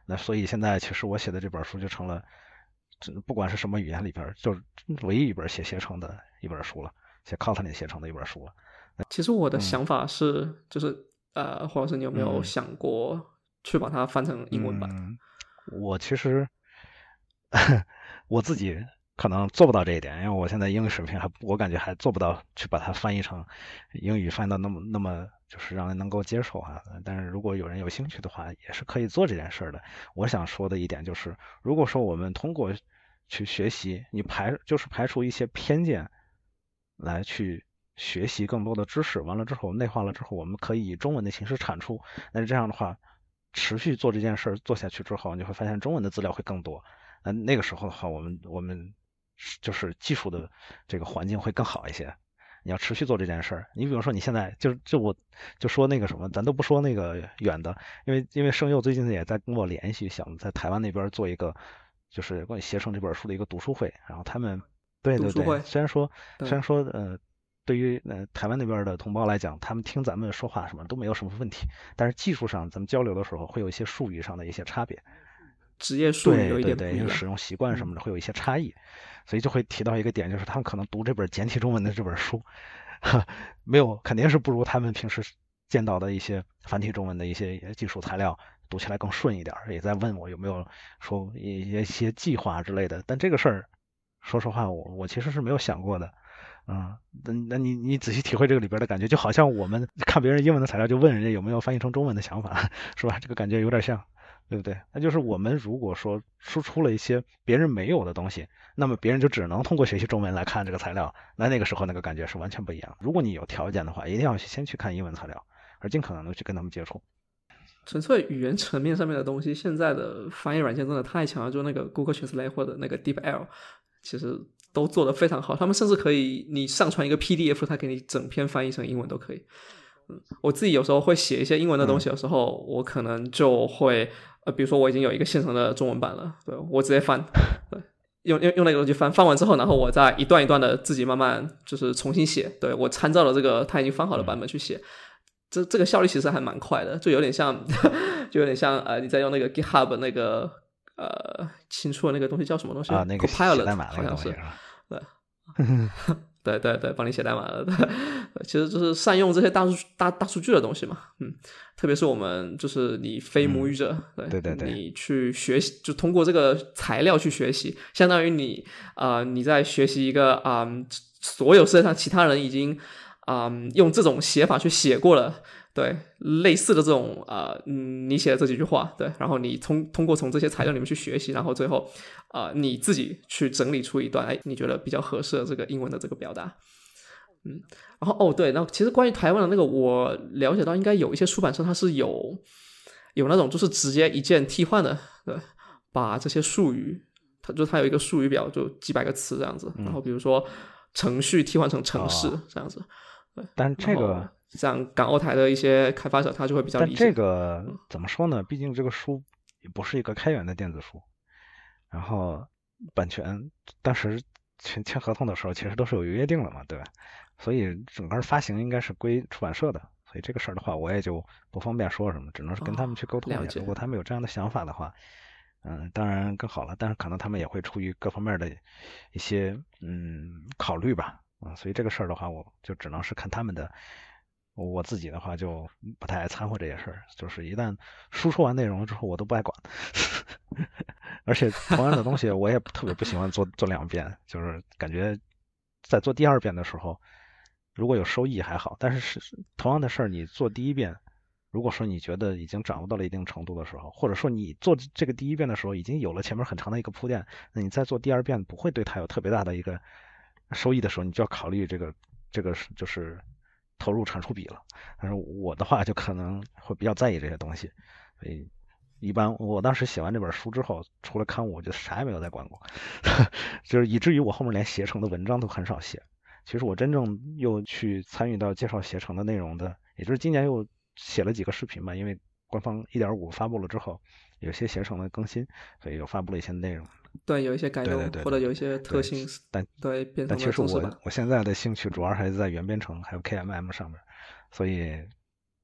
那所以现在其实我写的这本书就成了，不管是什么语言里边，就是唯一一本写携程的一本书了，写 Kotlin 写成的一本书了。 其实我的想法是，嗯、就是呃，黄老师，你有没有想过去把它翻成英文版？ 嗯、我其实我自己可能做不到这一点，因为我现在英语水平还，我感觉还做不到去把它翻译成英语翻到那么那么就是让人能够接受哈。但是如果有人有兴趣的话，也是可以做这件事的。我想说的一点就是，如果说我们通过去学习，你排就是排除一些偏见，来去学习更多的知识，完了之后内化了之后，我们可以以中文的形式产出。但是这样的话，持续做这件事做下去之后，你会发现中文的资料会更多。那那个时候的话，我们我们就是技术的这个环境会更好一些。你要持续做这件事儿。你比如说你现在就就我就说那个什么，咱都不说那个远的，因为因为盛佑最近也在跟我联系，想在台湾那边做一个就是关于携程这本书的一个读书会，然后他们对对对，虽然说虽然说呃。对于呃台湾那边的同胞来讲，他们听咱们说话什么都没有什么问题，但是技术上咱们交流的时候会有一些术语上的一些差别， 职业术语有一点不一样， 对对对，使用习惯什么的会有一些差异，嗯、所以就会提到一个点，就是他们可能读这本简体中文的这本书，没有肯定是不如他们平时见到的一些繁体中文的一些技术材料读起来更顺一点。也在问我有没有说一些一些计划之类的，但这个事儿，说实话，我我其实是没有想过的。嗯，那那你你仔细体会这个里边的感觉，就好像我们看别人英文的材料，就问人家有没有翻译成中文的想法，是吧？这个感觉有点像，对不对？那就是我们如果说输出了一些别人没有的东西，那么别人就只能通过学习中文来看这个材料，那那个时候那个感觉是完全不一样。如果你有条件的话，一定要先去看英文材料，而尽可能的去跟他们接触。 纯粹语言层面上面的东西，现在的翻译软件真的太强了，就那个 Google Translate 或者那个 DeepL， 其实都做得非常好。他们甚至可以，你上传一个 P D F， 它给你整篇翻译成英文都可以。嗯，我自己有时候会写一些英文的东西的时候，嗯、我可能就会，呃，比如说我已经有一个现成的中文版了，对我直接翻，对，用用用那个东西翻，翻完之后，然后我再一段一段的自己慢慢就是重新写，对我参照了这个他已经翻好的版本去写。嗯，这这个效率其实还蛮快的，就有点像，就有点像呃，你在用那个 GitHub 那个呃新出的那个东西叫什么东西啊？那个写代码那个东西， 对，对对对，帮你写代码的，其实就是善用这些大数大大数据的东西嘛，嗯，特别是我们就是你非母语者， 嗯、对对对， 你去学习，就通过这个材料去学习，相当于你啊、呃、你在学习一个啊、呃、所有世界上其他人已经。嗯，用这种写法去写过了，对，类似的这种呃，你写的这几句话，对，然后你通通过从这些材料里面去学习，然后最后呃你自己去整理出一段，哎，你觉得比较合适的这个英文的这个表达，嗯，然后哦对，然后其实关于台湾的那个，我了解到应该有一些出版社它是有有那种就是直接一键替换的，对，把这些术语，它就它有一个术语表，就几百个词这样子，然后比如说程序替换成程式、哦、这样子。 但这个像港澳台的一些开发者，他就会比较理解。 但这个怎么说呢？毕竟这个书也不是一个开源的电子书，然后版权当时签签合同的时候，其实都是有约定了嘛，对吧？所以整个发行应该是归出版社的，所以这个事儿的话，我也就不方便说什么，只能是跟他们去沟通一下。 哦、 如果他们有这样的想法的话，嗯，当然更好了。但是可能他们也会出于各方面的一些嗯考虑吧。啊、嗯，所以这个事儿的话，我就只能是看他们的。我自己的话就不太爱掺和这些事儿，就是一旦输出完内容之后，我都不爱管。而且同样的东西，我也特别不喜欢做做两遍，就是感觉在做第二遍的时候，如果有收益还好，但是是同样的事儿，你做第一遍，如果说你觉得已经掌握到了一定程度的时候，或者说你做这个第一遍的时候已经有了前面很长的一个铺垫，那你再做第二遍不会对它有特别大的一个收益的时候，你就要考虑这个这个就是投入产出比了。但是我的话就可能会比较在意这些东西，所以一般我当时写完这本书之后，除了刊物，我就啥也没有再管过，就是以至于我后面连携程的文章都很少写。其实我真正又去参与到介绍携程的内容的，也就是今年又写了几个视频吧，因为官方 一点五 发布了之后，有些携程的更新，所以又发布了一些内容。 对，有一些改动， 对对对对， 或者有一些特性， 但对变成但其实我我现在的兴趣主要还是在原编程还有 K M M 上面，所以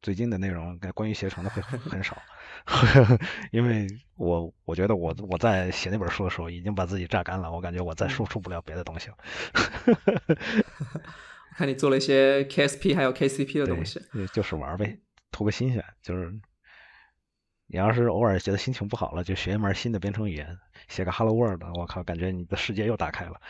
最近的内容关于携程的会很少，因为我我觉得我我在写那本书的时候已经把自己榨干了，我感觉我再输出不了别的东西了。 看你做了一些 K S P 还有 K C P 的东西， 就是玩呗，图个新鲜。就是你要是偶尔觉得心情不好了，就学一门新的编程语言，写个 Hello World， 我靠，感觉你的世界又打开了。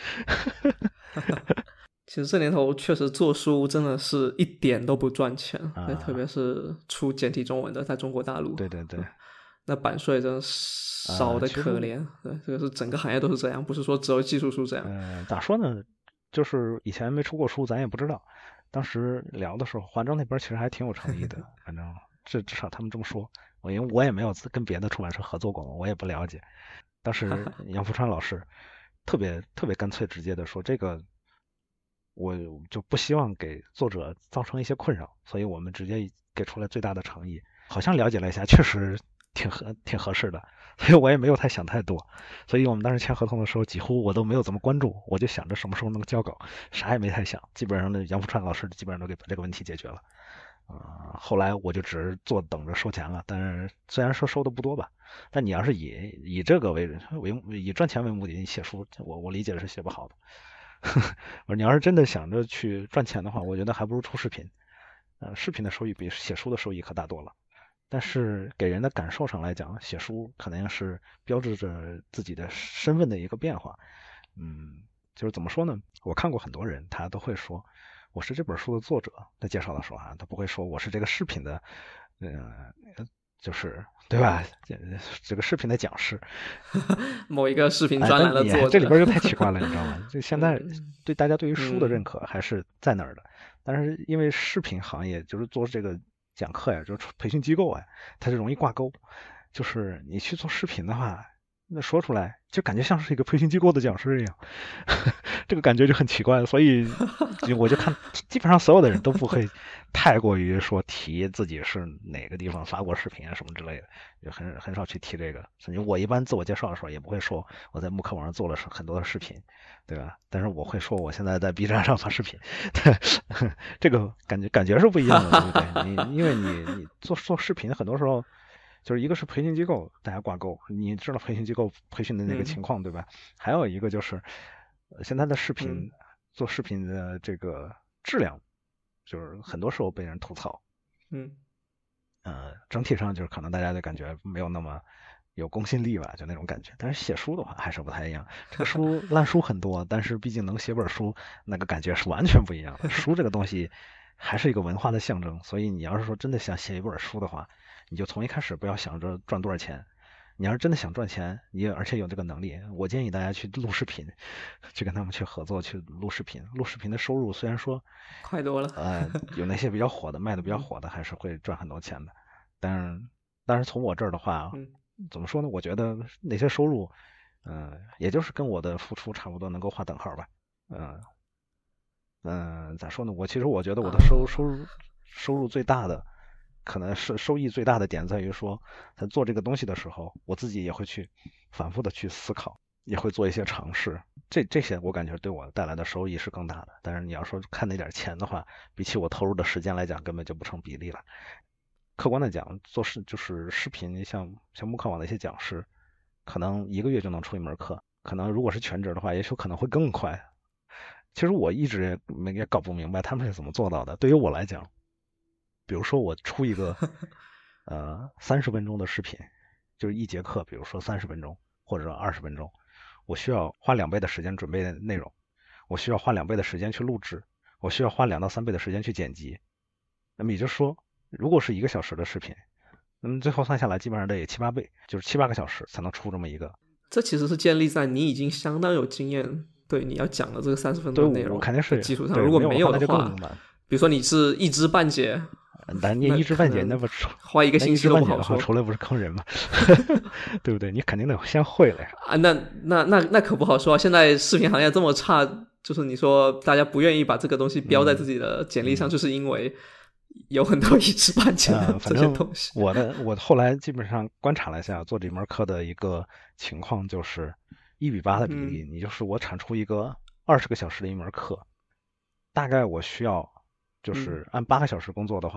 其实这年头确实做书真的是一点都不赚钱， 啊、 特别是出简体中文的，在中国大陆。 对对对， 那版税真的少的可怜。啊、对，这个是整个行业都是这样，不是说只有技术书这样。 嗯、呃，咋说呢？就是以前没出过书，咱也不知道。当时聊的时候，华章那边其实还挺有诚意的，反正这至少他们这么说。我因为我也没有跟别的出版社合作过嘛，我也不了解。当时杨福川老师特别特别干脆直接的说，这个我就不希望给作者造成一些困扰，所以我们直接给出来最大的诚意。好像了解了一下，确实挺合挺合适的，所以我也没有太想太多。所以我们当时签合同的时候，几乎我都没有怎么关注，我就想着什么时候能交稿，啥也没太想。基本上呢，杨福川老师基本上都给把这个问题解决了。呃，后来我就只是坐等着收钱了，但是虽然说收的不多吧，但你要是以以这个为为以赚钱为目的，你写书，我我理解是写不好的。我说你要是真的想着去赚钱的话，我觉得还不如出视频。呃，视频的收益比写书的收益可大多了。但是给人的感受上来讲，写书可能是标志着自己的身份的一个变化。嗯，就是怎么说呢？我看过很多人，他都会说我是这本书的作者，在介绍的时候啊，他不会说我是这个视频的，呃，就是对吧？这这个视频的讲师， 某一个视频专栏的作者， 哎、这里边就太奇怪了，你知道吗？就现在对大家对于书的认可还是在那儿的，嗯、但是因为视频行业就是做这个讲课呀，就是培训机构啊，它就容易挂钩，就是你去做视频的话。那说出来就感觉像是一个培训机构的讲师一样，这个感觉就很奇怪，所以我就看基本上所有的人都不会太过于说提自己是哪个地方发过视频啊什么之类的，就很很少去提这个。所以我一般自我介绍的时候也不会说我在慕课网上做了很多的视频，对吧？但是我会说我现在在 B 站上发视频，这个感觉感觉是不一样的，对不对？你因为你你做做视频很多时候。就是一个是培训机构，大家挂钩，你知道培训机构培训的那个情况，嗯、对吧？还有一个就是现在的视频、嗯、做视频的这个质量，就是很多时候被人吐槽。 嗯， 呃，整体上就是可能大家的感觉没有那么有公信力吧，就那种感觉。但是写书的话还是不太一样，这个书烂书很多，但是毕竟能写本书，那个感觉是完全不一样的。书这个东西还是一个文化的象征，所以你要是说真的想写一本书的话。你就从一开始不要想着赚多少钱，你要是真的想赚钱，你而且有这个能力，我建议大家去录视频，去跟他们去合作，去录视频。录视频的收入虽然说快多了， 呃，有那些比较火的，卖的比较火的，还是会赚很多钱的。但是，但是从我这儿的话， 嗯、 怎么说呢？我觉得那些收入，嗯、呃，也就是跟我的付出差不多，能够划等号吧。嗯、呃，嗯、呃，咋说呢？我其实我觉得我的收、啊、收入收入最大的。可能是收益最大的点在于说，在做这个东西的时候，我自己也会去反复的去思考，也会做一些尝试。这这些我感觉对我带来的收益是更大的。但是你要说看那点钱的话，比起我投入的时间来讲，根本就不成比例了。客观的讲，做视就是视频，像像慕课网的一些讲师，可能一个月就能出一门课，可能如果是全职的话，也许可能会更快。其实我一直没也搞不明白他们是怎么做到的。对于我来讲，比如说我出一个呃三十分钟的视频，就是一节课，比如说三十分钟或者二十分钟，我需要花两倍的时间准备的内容，我需要花两倍的时间去录制，我需要花两到三倍的时间去剪辑。那么也就是说，如果是一个小时的视频，那么最后算下来基本上得有七八倍，就是七八个小时才能出这么一个。 这其实是建立在你已经相当有经验，对你要讲的这个三十分钟的内容肯定是基础上，如果没有的话，比如说你是一知半解。 但你一知半解，那不花一个星期都不好说， 出来不是坑人吗？对不对？你肯定得先会了呀。 啊，那那那那可不好说。现在视频行业这么差，就是你说大家不愿意把这个东西标在自己的简历上，嗯、就是因为有很多一知半解的这些东西。 呃、我的我后来基本上观察了一下做这门课的一个情况，就是一比八的比例，嗯、你就是我产出一个二十个小时的一门课，大概我需要。就是按八个小时工作的话，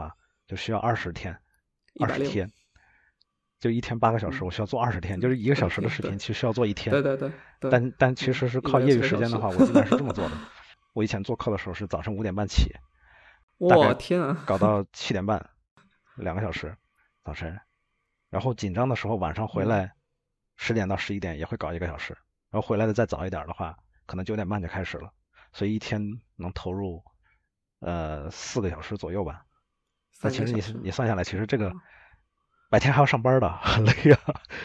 就需要二十天，二十一百六， 天，就一天八个小时，我需要做二十天，就是一个小时的视频，其实需要做一天。 对对对对。 但但其实是靠业余时间的话，我基本上是这么做的。我以前做课的时候是早上五点半起， 哇天啊， 搞到七点半，两个小时，早晨。然后紧张的时候晚上回来，十点到十一点也会搞一个小时。然后回来的再早一点的话，可能九点半就开始了。所以一天能投入呃四个小时左右吧。那其实你你算下来，其实这个白天还要上班的，很累啊。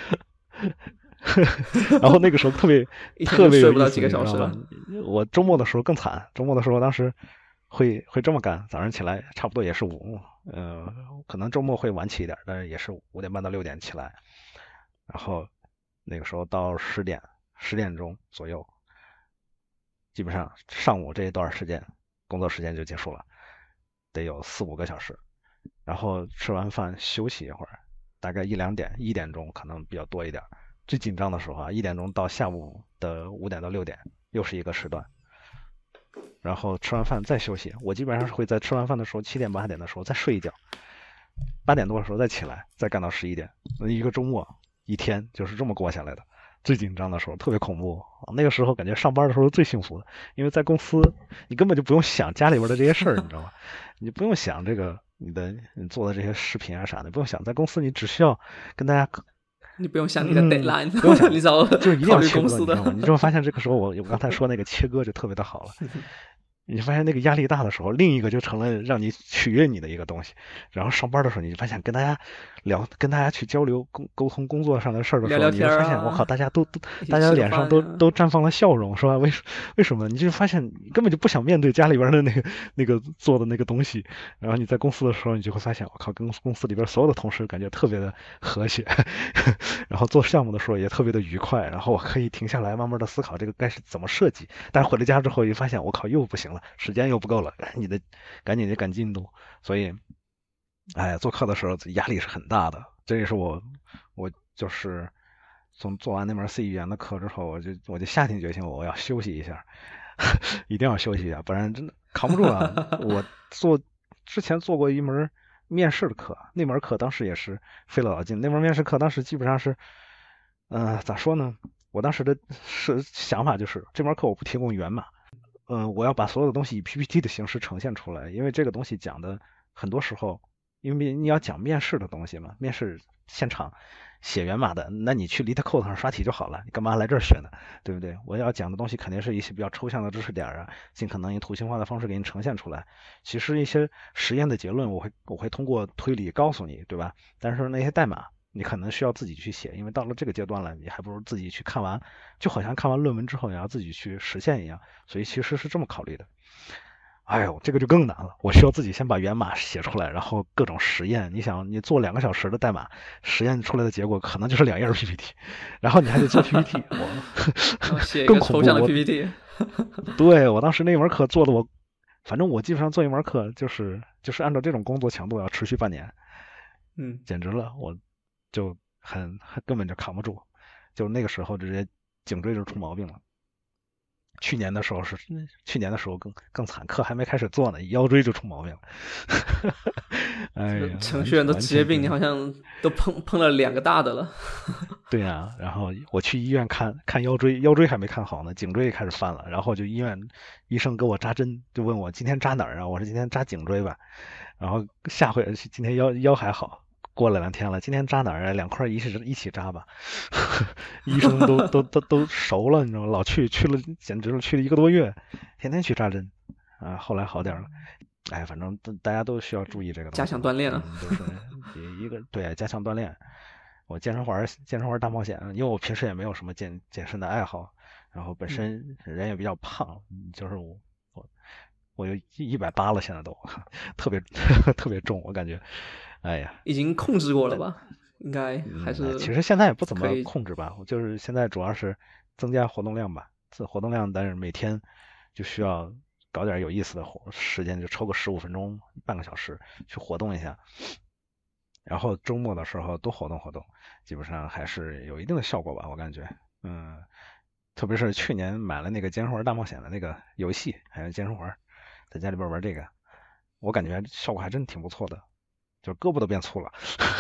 然后那个时候特别特别睡不到几个小时了。 我周末的时候更惨，周末的时候当时会会这么干，早上起来差不多也是五，呃，可能周末会晚起一点，但是也是五点半到六点起来，然后那个时候到十点十点钟左右，基本上上午这一段时间工作时间就结束了，得有四五个小时，然后吃完饭休息一会儿，大概一两点一点钟可能比较多一点。最紧张的时候啊，一点钟到下午的五点到六点，又是一个时段。然后吃完饭再休息，我基本上是会在吃完饭的时候七点八点的时候再睡一觉，八点多的时候再起来，再干到十一点。一个周末一天就是这么过下来的。最紧张的时候特别恐怖，那个时候感觉上班的时候最幸福的，因为在公司你根本就不用想家里边的这些事儿，你知道吗？你不用想这个你的你做的这些视频啊啥的，不用想，在公司你只需要跟大家。 你不用想你的 deadline，、 嗯、不用想， 你找就是一定要切割， 公司的。 你知道吗？你就会发现这个时候我我刚才说那个切割就特别的好了。你发现那个压力大的时候，另一个就成了让你取悦你的一个东西。然后上班的时候，你就发现跟大家聊，跟大家去交流、沟沟通工作上的事儿的时候， 聊聊天啊、 你就发现，我靠，大家都都，大家脸上都都绽放了笑容，是吧？为为什么？你就发现你根本就不想面对家里边的那个那个做的那个东西。然后你在公司的时候，你就会发现，我靠，跟公司里边所有的同事感觉特别的和谐，然后做项目的时候也特别的愉快。然后我可以停下来，慢慢的思考这个该是怎么设计。但是回了家之后，一发现，我靠，又不行了，时间又不够了，你的赶紧得赶进度。所以，哎，做课的时候压力是很大的。这也是我，我就是从做完那门 C 语言的课之后，我就我就下定决心，我要休息一下，一定要休息一下，不然真的扛不住了。我做之前做过一门面试的课，那门课当时也是费了老劲。那门面试课当时基本上是，嗯、呃，咋说呢？我当时的是想法就是，这门课我不提供源码。呃，我要把所有的东西以 P P T 的形式呈现出来，因为这个东西讲的很多时候，因为你要讲面试的东西嘛，面试现场写源码的，那你去 LeetCode 上刷题就好了，你干嘛来这儿学呢？对不对？我要讲的东西肯定是一些比较抽象的知识点啊，尽可能以图形化的方式给你呈现出来。其实一些实验的结论，我会我会通过推理告诉你，对吧？但是那些代码，你可能需要自己去写，因为到了这个阶段了，你还不如自己去看完，就好像看完论文之后你要自己去实现一样，所以其实是这么考虑的。哎呦，这个就更难了，我需要自己先把源码写出来，然后各种实验。你想，你做两个小时的代码，实验出来的结果可能就是两页 P P T， 然后你还得做 P P T， 我写一个抽象的 P P T。 对，我当时那门课做的我，反正我基本上做一门课就是就是按照这种工作强度要持续半年， 嗯， 简直了，我就很根本就扛不住，就那个时候直接颈椎就出毛病了。去年的时候是，去年的时候更更惨，课还没开始做呢，腰椎就出毛病了。哎呀， 程序员的职业病，你好像都碰碰了两个大的了。 对呀、啊，然后我去医院看看腰椎，腰椎还没看好呢，颈椎也开始犯了。然后就医院医生给我扎针，就问我今天扎哪儿啊？我说今天扎颈椎吧。然后下回今天腰腰还好。过了两天了，今天扎哪儿啊？两块一起一起扎吧。医生都都都都熟了，你知道吗？老去去了，简直是去了一个多月，天天去扎针啊。后来好点了。哎，反正大家都需要注意这个东西， 加强锻炼啊， 嗯、就是一个对加强锻炼。我健身环健身环大冒险，因为我平时也没有什么健健身的爱好，然后本身人也比较胖，嗯、就是我我我有一百八了，现在都特别特别重，我感觉。哎呀， 已经控制过了吧？应该还是、 嗯、其实现在也不怎么控制吧，就是现在主要是增加活动量吧，这活动量，但是每天就需要搞点有意思的活时间，就抽个十五分钟、半个小时去活动一下，然后周末的时候多活动活动，基本上还是有一定的效果吧，我感觉，嗯，特别是去年买了那个健身环大冒险的那个游戏，还有健身环，在家里边玩这个，我感觉效果还真挺不错的。 就胳膊都变粗了。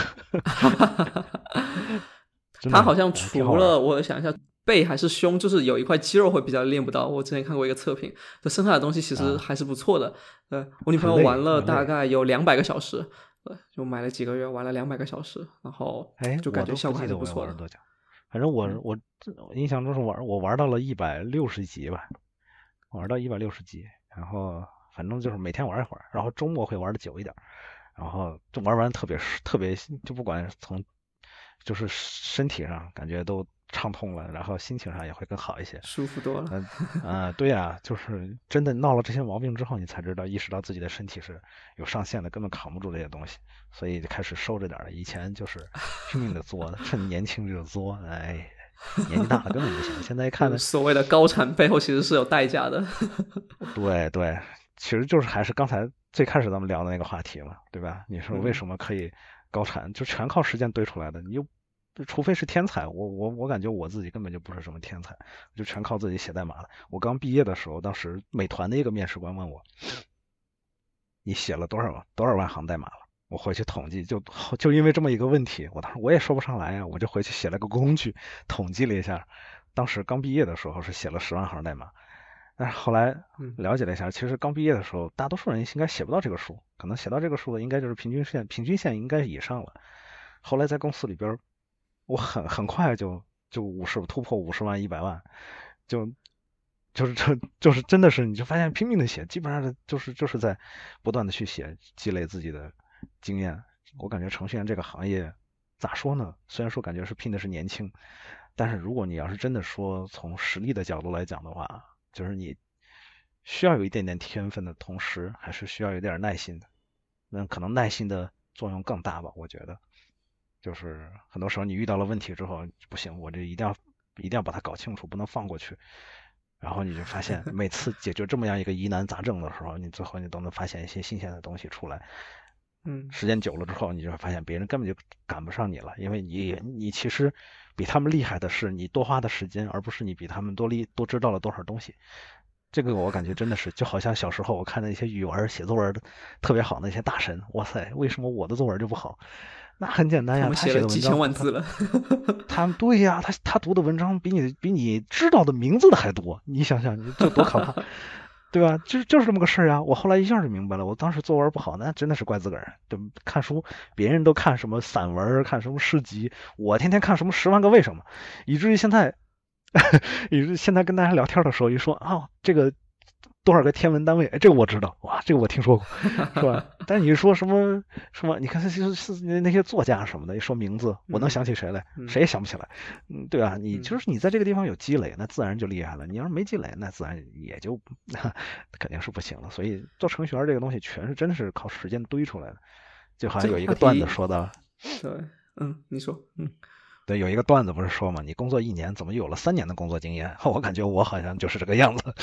他好像除了我想一下背还是胸，就是有一块肌肉会比较练不到。我之前看过一个测评，就剩下的东西其实还是不错的。啊、呃，我女朋友玩了大概有两百个小时，呃，就买了几个月，玩了两百个小时，然后就感觉效果还是不错的。 反正我我我印象中是玩我玩到了一百六十级吧，玩到一百六十级，然后反正就是每天玩一会儿，然后周末会玩的久一点，然后就玩完特别特别，就不管从就是身体上感觉都畅通了，然后心情上也会更好一些， 舒服多了。 嗯、呃呃、对呀、啊，就是真的闹了这些毛病之后，你才知道意识到自己的身体是有上限的，根本扛不住这些东西，所以就开始收着点了。以前就是拼命的作，趁年轻就作，哎，年纪大了根本不行。现在一看呢， 所谓的高产背后其实是有代价的。 对对，其实就是还是刚才最开始咱们聊的那个话题嘛，对吧？你说为什么可以高产，嗯、就全靠时间堆出来的，你又。除非是天才，我我我感觉我自己根本就不是什么天才，就全靠自己写代码了。我刚毕业的时候，当时美团的一个面试官问我：“你写了多少多少万行代码了？”我回去统计，就就因为这么一个问题，我当时我也说不上来呀，我就回去写了个工具，统计了一下，当时刚毕业的时候是写了十万行代码，但是后来了解了一下，其实刚毕业的时候，大多数人应该写不到这个数，可能写到这个数的应该就是平均线，平均线应该以上了。后来在公司里边。我很很快就就五十突破五十万一百万，就就是这就是真的是你就发现拼命的写，基本上就是就是在不断的去写，积累自己的经验。我感觉程序员这个行业咋说呢？虽然说感觉是拼的是年轻，但是如果你要是真的说从实力的角度来讲的话，就是你需要有一点点天分的同时，还是需要有点耐心的。那可能耐心的作用更大吧，我觉得。就是很多时候你遇到了问题之后，不行，我这一定要一定要把它搞清楚，不能放过去。然后你就发现，每次解决这么样一个疑难杂症的时候，你最后你都能发现一些新鲜的东西出来。 嗯， 时间久了之后，你就会发现别人根本就赶不上你了，因为你你其实比他们厉害的是你多花的时间，而不是你比他们多厉多知道了多少东西。这个我感觉真的是，就好像小时候我看那些语文写作文的特别好那些大神，哇塞，为什么我的作文就不好？那很简单呀， 他写的文章几千万字了。 他对呀，他他读的文章比你比你知道的名字的还多，你想想，这多可怕，对吧？就就是这么个事儿呀。我后来一下就明白了，我当时作文不好，那真的是怪自个儿。对，看书，别人都看什么散文，看什么诗集，我天天看什么十万个为什么，以至于现在，以至于现在跟大家聊天的时候一说啊，这个。多少个天文单位？哎，这个我知道，哇，这个我听说过，是吧？但是你说什么什么？你看，是是那些作家什么的，一说名字，我能想起谁来？ 嗯、 谁也想不起来，嗯，对吧？你就是你在这个地方有积累，那自然就厉害了。你要是没积累，那自然也就肯定是不行了。所以做程序员这个东西，全是真的是靠时间堆出来的。就好像有一个段子说到， 对，嗯，你说，嗯。 对，有一个段子不是说嘛，你工作一年怎么有了三年的工作经验？我感觉我好像就是这个样子。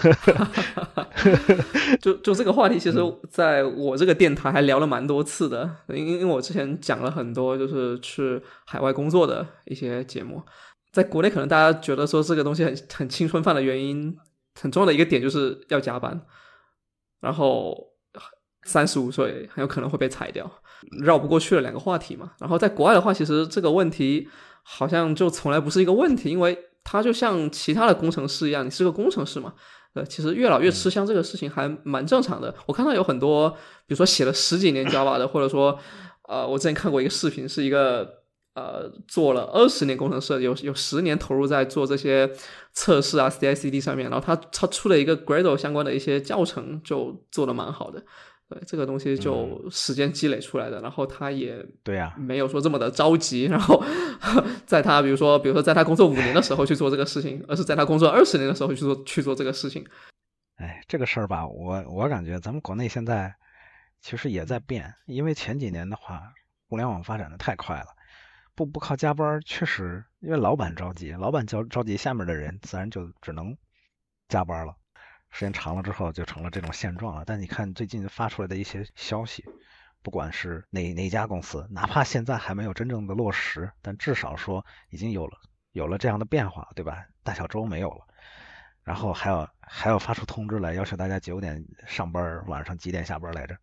就就这个话题，其实在我这个电台还聊了蛮多次的，因因为我之前讲了很多就是去海外工作的一些节目。在国内可能大家觉得说这个东西很很青春饭的原因，很重要的一个点就是要加班，然后三十五岁很有可能会被裁掉，绕不过去了两个话题嘛。然后在国外的话，其实这个问题好像就从来不是一个问题，因为它就像其他的工程师一样，你是个工程师嘛，呃，其实越老越吃香这个事情还蛮正常的。我看到有很多，比如说写了十几年 Java 的，或者说，呃，我之前看过一个视频，是一个呃做了二十年工程师，有有十年投入在做这些测试啊 C I C D 上面，然后他他出了一个 Gradle 相关的一些教程，就做得蛮好的。对，这个东西就时间积累出来的，嗯、然后他也对呀， 没有说这么的着急，然后在他比如说比如说在他工作五年的时候去做这个事情，而是在他工作二十年的时候去做去做这个事情。 哎，这个事儿吧，我我感觉咱们国内现在其实也在变，因为前几年的话，互联网发展的太快了，不不靠加班，确实因为老板着急，老板着着急，下面的人自然就只能加班了。时间长了之后就成了这种现状了。但你看最近发出来的一些消息，不管是哪哪家公司，哪怕现在还没有真正的落实，但至少说已经有了有了这样的变化，对吧？大小周没有了，然后还要还要发出通知来，要求大家九点上班，晚上几点下班来着？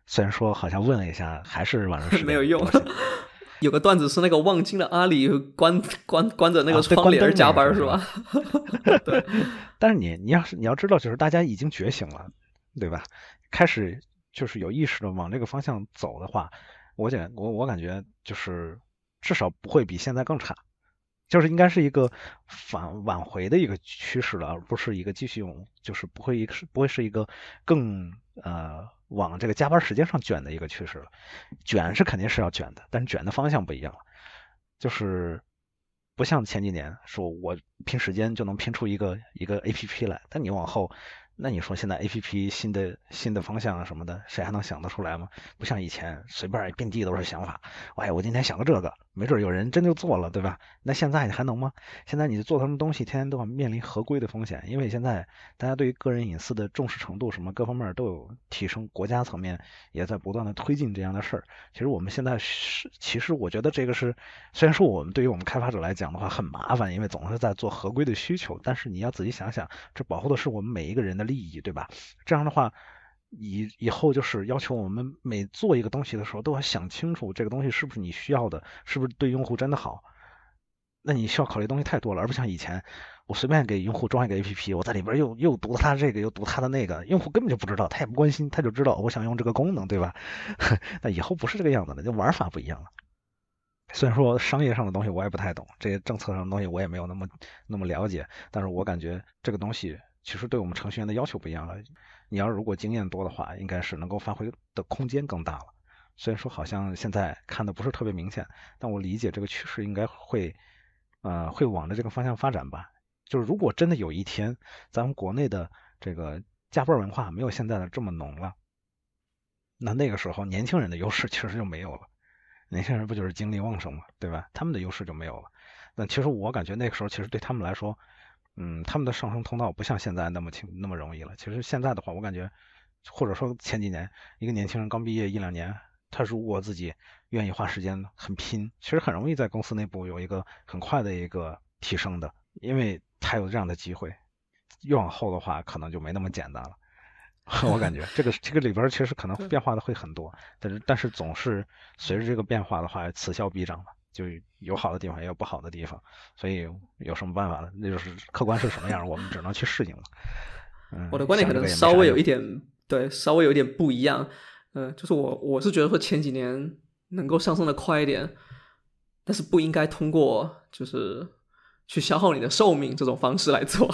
虽然说好像问了一下，还是晚上十点没有用。有个段子是那个望京的阿里关关关着那个窗帘加班、啊、是吧？对。 但是你你要是你要知道，就是大家已经觉醒了，对吧？开始就是有意识的往这个方向走的话，我感我我感觉就是至少不会比现在更差，就是应该是一个返挽回的一个趋势了，而不是一个继续用，就是不会一个不会是一个更呃往这个加班时间上卷的一个趋势了。卷是肯定是要卷的，但是卷的方向不一样了，就是不像前几年说我拼时间就能拼出一个一个 A P P 来，但你往后。那你说现在 A P P 新的新的方向啊什么的，谁还能想得出来吗？不像以前随便遍地都是想法。哎，我今天想个这个，没准有人真就做了，对吧？那现在你还能吗？现在你做什么东西，天天都要面临合规的风险，因为现在大家对于个人隐私的重视程度，什么各方面都有提升，国家层面也在不断的推进这样的事儿。其实我们现在是，其实我觉得这个是，虽然说我们对于我们开发者来讲的话很麻烦，因为总是在做合规的需求，但是你要仔细想想，这保护的是我们每一个人的利益，对吧？这样的话，以以后就是要求我们每做一个东西的时候，都要想清楚这个东西是不是你需要的，是不是对用户真的好。那你需要考虑的东西太多了，而不像以前，我随便给用户装一个 A P P， 我在里边又又读他这个，又读他的那个，用户根本就不知道，他也不关心，他就知道我想用这个功能，对吧？那以后不是这个样子了，就玩法不一样了。虽然说商业上的东西我也不太懂，这些政策上的东西我也没有那么那么了解，但是我感觉这个东西其实对我们程序员的要求不一样了。你要如果经验多的话，应该是能够发挥的空间更大了。虽然说好像现在看的不是特别明显，但我理解这个趋势应该会，呃，会往着这个方向发展吧。就是如果真的有一天，咱们国内的这个加班文化没有现在的这么浓了，那那个时候年轻人的优势其实就没有了。年轻人不就是精力旺盛嘛，对吧？他们的优势就没有了。那其实我感觉那个时候，其实对他们来说，嗯，他们的上升通道不像现在那么轻那么容易了。其实现在的话，我感觉，或者说前几年，一个年轻人刚毕业一两年，他如果自己愿意花时间很拼，其实很容易在公司内部有一个很快的一个提升的，因为他有这样的机会。越往后的话，可能就没那么简单了。我感觉这个这个里边其实可能变化的会很多，但是但是总是随着这个变化的话，此消彼长嘛，就有好的地方也有不好的地方，所以有什么办法呢？那就是客观是什么样，我们只能去适应了。嗯， 我的观点可能稍微有一点对，稍微有一点不一样。呃，就是我我是觉得说前几年能够上升的快一点，但是不应该通过就是去消耗你的寿命这种方式来做。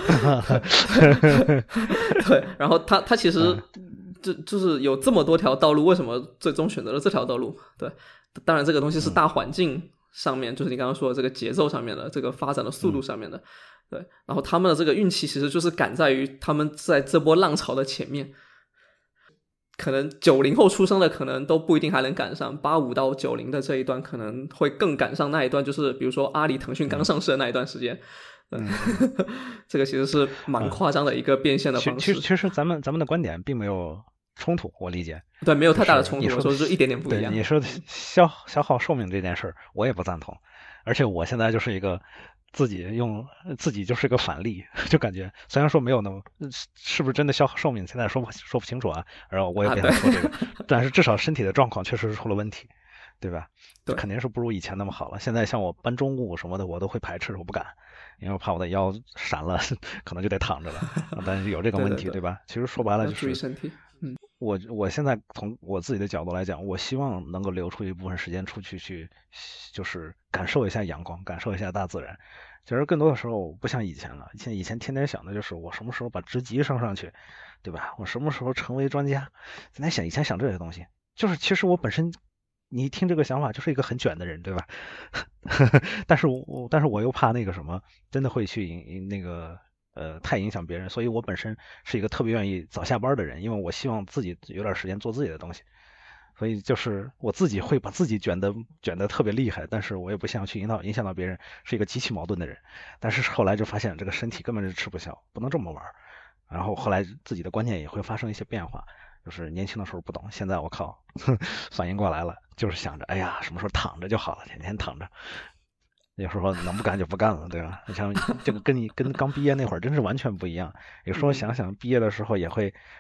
对，然后他他其实就就是有这么多条道路，为什么最终选择了这条道路？对，当然这个东西是大环境上面，就是你刚刚说的这个节奏上面的，这个发展的速度上面的。对，然后他们的这个运气其实就是赶在于他们在这波浪潮的前面。可能九零后出生的可能都不一定还能赶上，八五到九零的这一段可能会更赶上那一段，就是比如说阿里腾讯刚上市的那一段时间。嗯，这个其实是蛮夸张的一个变现的方式。 其实其实咱们咱们的观点并没有冲突，我理解。 对，没有太大的冲突， 就是、 我说是一点点不一样。 对，你说消消耗寿命这件事我也不赞同，而且我现在就是一个自己用自己就是个反例，就感觉虽然说没有那么是不是真的消耗寿命，现在说不说不清楚啊，然后我也不想说这个，啊、但是至少身体的状况确实是出了问题，对吧？ 对， 肯定是不如以前那么好了。现在像我搬重物什么的，我都会排斥，我不敢。因为我怕我的腰闪了，可能就得躺着了。但是有这个问题， 对, 对, 对, 对吧？其实说白了就是注意身体。嗯， 我我现在从我自己的角度来讲，我希望能够留出一部分时间出去去，就是感受一下阳光，感受一下大自然。其实更多的时候不像以前了，以前以前天天想的就是我什么时候把职级升上去，对吧？我什么时候成为专家？现在想以前想这些东西，就是其实我本身。你一听这个想法就是一个很卷的人，对吧？但是我但是我又怕那个什么，真的会去影那个呃太影响别人，所以我本身是一个特别愿意早下班的人，因为我希望自己有点时间做自己的东西，所以就是我自己会把自己卷得卷得特别厉害，但是我也不想去影响影响到别人，是一个极其矛盾的人。但是后来就发现这个身体根本是吃不消，不能这么玩，然后后来自己的观念也会发生一些变化。就是年轻的时候不懂，现在我靠反应过来了，就是想着哎呀什么时候躺着就好了，天天躺着，有时候能不干就不干了，对吧？你像这个跟你跟刚毕业那会儿真是完全不一样。有时候想想毕业的时候也会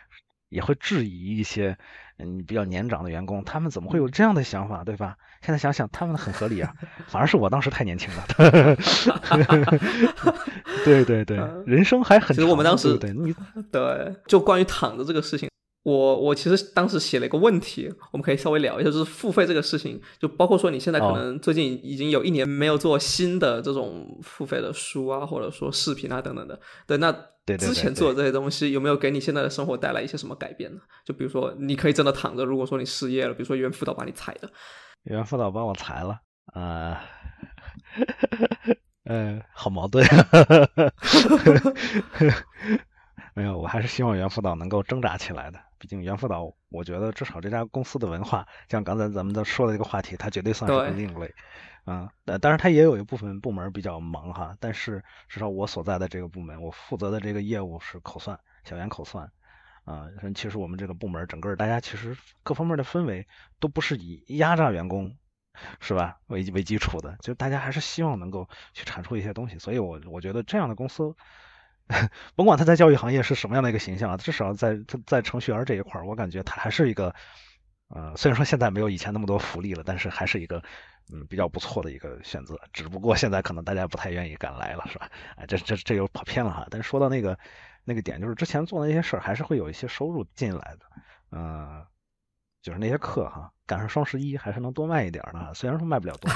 也会质疑一些嗯比较年长的员工，他们怎么会有这样的想法，对吧？现在想想他们很合理啊，反而是我当时太年轻了。对对对，人生还很长。 其实我们当时对你对就关于躺着这个事情，我我其实当时写了一个问题，我们可以稍微聊一下，就是付费这个事情，就包括说你现在可能最近已经有一年没有做新的这种付费的书啊，或者说视频啊等等的。对，那之前做的这些东西有没有给你现在的生活带来一些什么改变呢？就比如说你可以真的躺着，如果说你失业了，比如说原辅导把你裁的， 原辅导把我裁了啊。呃，好矛盾啊。没有，我还是希望原辅导能够挣扎起来的。毕竟原辅导，我觉得至少这家公司的文化，像刚才咱们都说的这个话题，它绝对算是个另类。啊、嗯，当然它也有一部分部门比较忙哈，但是至少我所在的这个部门，我负责的这个业务是口算，小员口算。啊、嗯，其实我们这个部门整个大家其实各方面的氛围都不是以压榨员工是吧为为基础的，就大家还是希望能够去产出一些东西，所以我我觉得这样的公司。甭管他在教育行业是什么样的一个形象啊，至少在在程序员这一块，我感觉他还是一个，呃，虽然说现在没有以前那么多福利了，但是还是一个嗯比较不错的一个选择。只不过现在可能大家不太愿意赶来了，是吧？哎，这这这又跑偏了哈。但是说到那个那个点，就是之前做的那些事儿，还是会有一些收入进来的，嗯、呃。就是那些课哈，赶上双十一还是能多卖一点的，虽然说卖不了多。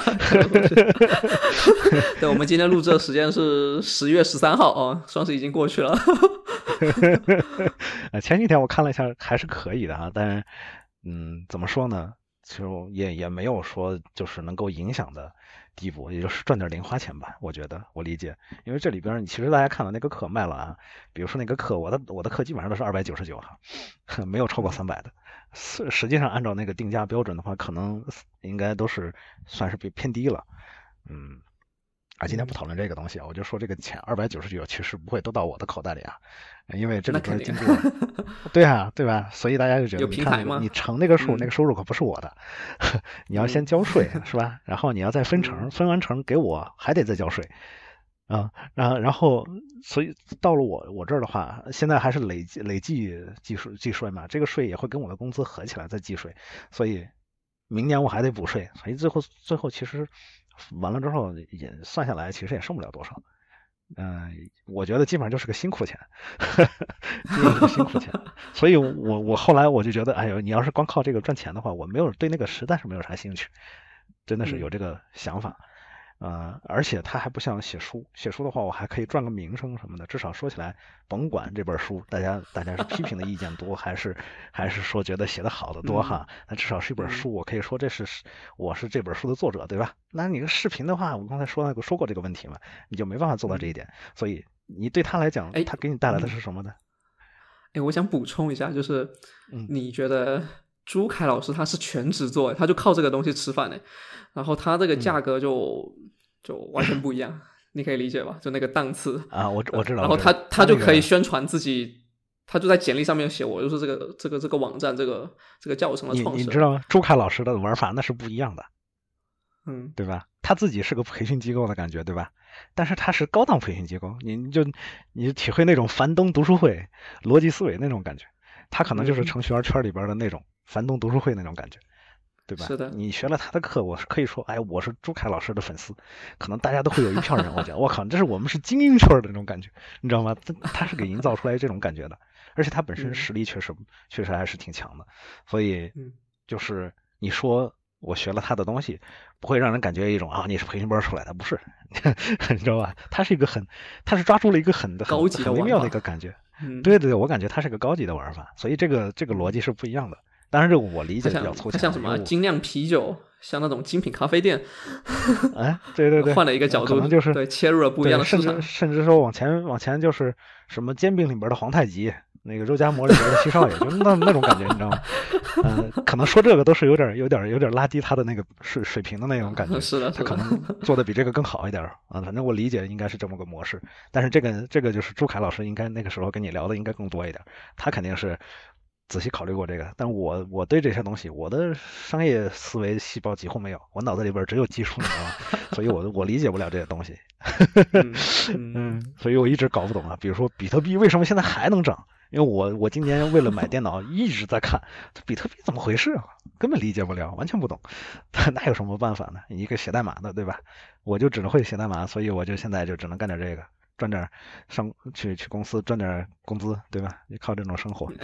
对，我们今天录制的时间是十月十三号哦，双十一已经过去了。 前几天我看了一下，还是可以的哈，但嗯，怎么说呢？其实也也没有说就是能够影响的地步，也就是赚点零花钱吧。我觉得我理解，因为这里边其实大家看到那个课卖了啊，比如说那个课，我的我的课基本上都是二百九十九哈，没有超过三百的。实际上按照那个定价标准的话，可能应该都是算是比偏低了。嗯，啊，今天不讨论这个东西啊，我就说这个钱二百九十九其实不会都到我的口袋里啊，因为这里边经过，对啊，对吧？所以大家就觉得有平台吗？ 你乘那个数，嗯、那个收入可不是我的，你要先交税、嗯、是吧？然后你要再分成，分完成给我还得再交税。啊，然后然后，所以到了我我这儿的话，现在还是累计累计计税计税嘛，这个税也会跟我的工资合起来再计税，所以明年我还得补税，所以最后最后其实完了之后也算下来，其实也剩不了多少。嗯、呃，我觉得基本上就是个辛苦钱，基本上是个辛苦钱。所以我我后来我就觉得，哎呦，你要是光靠这个赚钱的话，我没有对那个实在是没有啥兴趣，真的是有这个想法。嗯呃，而且它还不像写书，写书的话，我还可以赚个名声什么的。至少说起来，甭管这本书，大家大家是批评的意见多，还是还是说觉得写的好的多哈？那至少是一本书，我可以说这是我是这本书的作者，对吧？那你个视频的话，我刚才说那个说过这个问题嘛，你就没办法做到这一点。所以你对他来讲，他给你带来的是什么呢？ 哎，我想补充一下，就是你觉得朱凯老师他是全职做，他就靠这个东西吃饭的。然后它这个价格就、嗯、就完全不一样，你可以理解吧？就那个档次啊，我我知道。 然后他他就可以宣传自己，他就在简历上面写我就是这个这个这个网站这个这个教程的创始人。 你你知道朱凯老师的玩法那是不一样的， 嗯， 对吧？他自己是个培训机构的感觉，对吧？但是他是高档培训机构，你就你就体会那种樊登读书会、逻辑思维那种感觉，他可能就是程序员圈里边的那种樊登读书会那种感觉。对吧？ 是的， 你学了他的课，我是可以说，哎，我是朱凯老师的粉丝，可能大家都会有一票人，我讲，我靠，这是我们是精英圈的那种感觉，你知道吗？他他是给营造出来这种感觉的，而且他本身实力确实、嗯、确实还是挺强的，所以就是你说我学了他的东西，不会让人感觉一种啊你是培训班出来的，不是，你知道吧？他是一个很，他是抓住了一个很高级的很微妙的一个感觉， 嗯、 对对对，我感觉他是个高级的玩法，所以这个这个逻辑是不一样的。当然，这个我理解比较粗浅。 它像什么精酿啤酒，像那种精品咖啡店。 哎，对对对， 换了一个角度， 可能就是对切入了不一样的市场。 甚至甚至说往前往前就是什么煎饼里边的皇太极，那个肉夹馍里边的西少爷，就那那种感觉，你知道吗？嗯、呃，可能说这个都是有点有点有点拉低他的那个水水平的那种感觉。 是的， 他可能做的比这个更好一点啊。反正我理解应该是这么个模式。但是这个这个就是朱凯老师应该那个时候跟你聊的应该更多一点，他肯定是。仔细考虑过这个，但我我对这些东西，我的商业思维细胞几乎没有，我脑子里边只有技术，你知道吗？所以我我理解不了这些东西。 嗯, 嗯，所以我一直搞不懂啊。比如说比特币为什么现在还能涨？ 因为我我今年为了买电脑一直在看这比特币怎么回事啊，根本理解不了，完全不懂，那有什么办法呢？你一个写代码的，对吧？我就只能会写代码，所以我就现在就只能干点这个，赚点上去去公司赚点工资，对吧？就靠这种生活。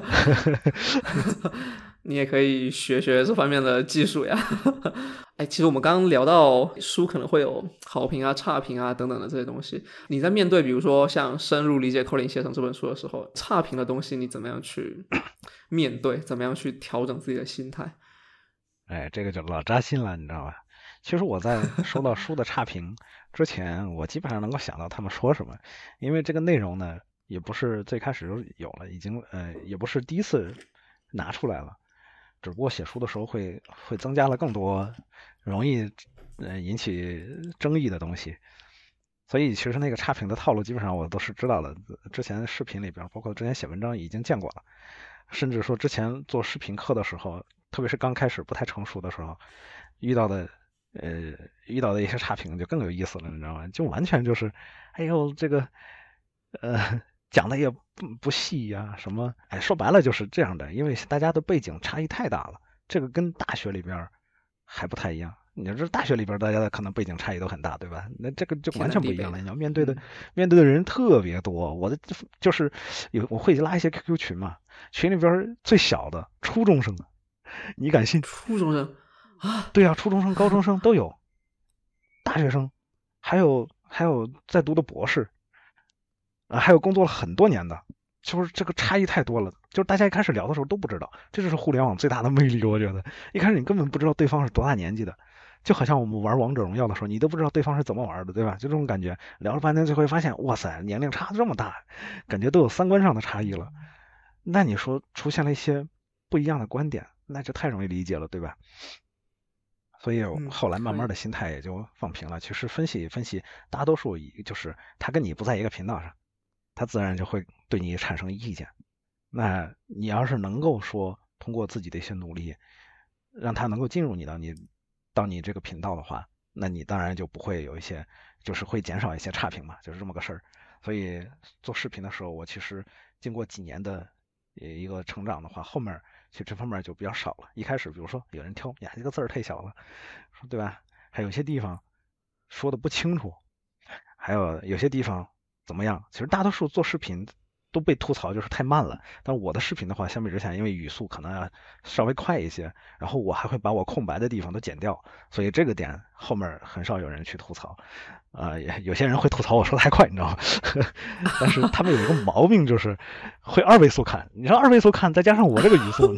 你也可以学学这方面的技术呀。哎，其实我们刚刚聊到书可能会有好评啊、差评啊等等的这些东西，你在面对比如说像《深入理解扣零写程》这本书的时候，差评的东西你怎么样去面对，怎么样去调整自己的心态？ 哎，这个就老扎心了，你知道吧？其实我在收到书的差评之前，我基本上能够想到他们说什么，因为这个内容呢，也不是最开始就有了，已经呃，也不是第一次拿出来了，只不过写书的时候会会增加了更多容易呃引起争议的东西，所以其实那个差评的套路基本上我都是知道的，之前视频里边，包括之前写文章已经见过了，甚至说之前做视频课的时候，特别是刚开始不太成熟的时候，遇到的呃遇到的一些差评就更有意思了，你知道吗？就完全就是，哎呦这个呃讲的也不不细呀、啊什么，哎说白了就是这样的，因为大家的背景差异太大了，这个跟大学里边还不太一样。你说这大学里边大家的可能背景差异都很大，对吧？那这个就完全不一样了。你要面对的、嗯、面对的人特别多，我的就是有我会拉一些 Q Q 群嘛，群里边最小的初中生，你敢信？ 初中生啊？ 对啊，初中生、高中生都有，大学生，还有还有在读的博士，啊，还有工作了很多年的，就是这个差异太多了。就是大家一开始聊的时候都不知道，这就是互联网最大的魅力。我觉得一开始你根本不知道对方是多大年纪的，就好像我们玩王者荣耀的时候，你都不知道对方是怎么玩的，对吧？就这种感觉，聊了半天，最后发现，哇塞，年龄差这么大，感觉都有三观上的差异了。那你说出现了一些不一样的观点，那就太容易理解了，对吧？所以后来慢慢的心态也就放平了。其实分析分析，大多数就是他跟你不在一个频道上，他自然就会对你产生意见。那你要是能够说通过自己的一些努力，让他能够进入你的你到你这个频道的话，那你当然就不会有一些，就是会减少一些差评嘛，就是这么个事儿。所以做视频的时候，我其实经过几年的一个成长的话，后面其实这方面就比较少了。一开始比如说有人挑，呀这个字儿太小了，对吧？还有些地方说的不清楚，还有有些地方怎么样？其实大多数做视频都被吐槽就是太慢了。但我的视频的话，相比之下，因为语速可能要稍微快一些，然后我还会把我空白的地方都剪掉，所以这个点后面很少有人去吐槽。啊、呃，有些人会吐槽我说的太快，你知道吗？但是他们有一个毛病，就是会二倍速看。你说二倍速看，再加上我这个语速，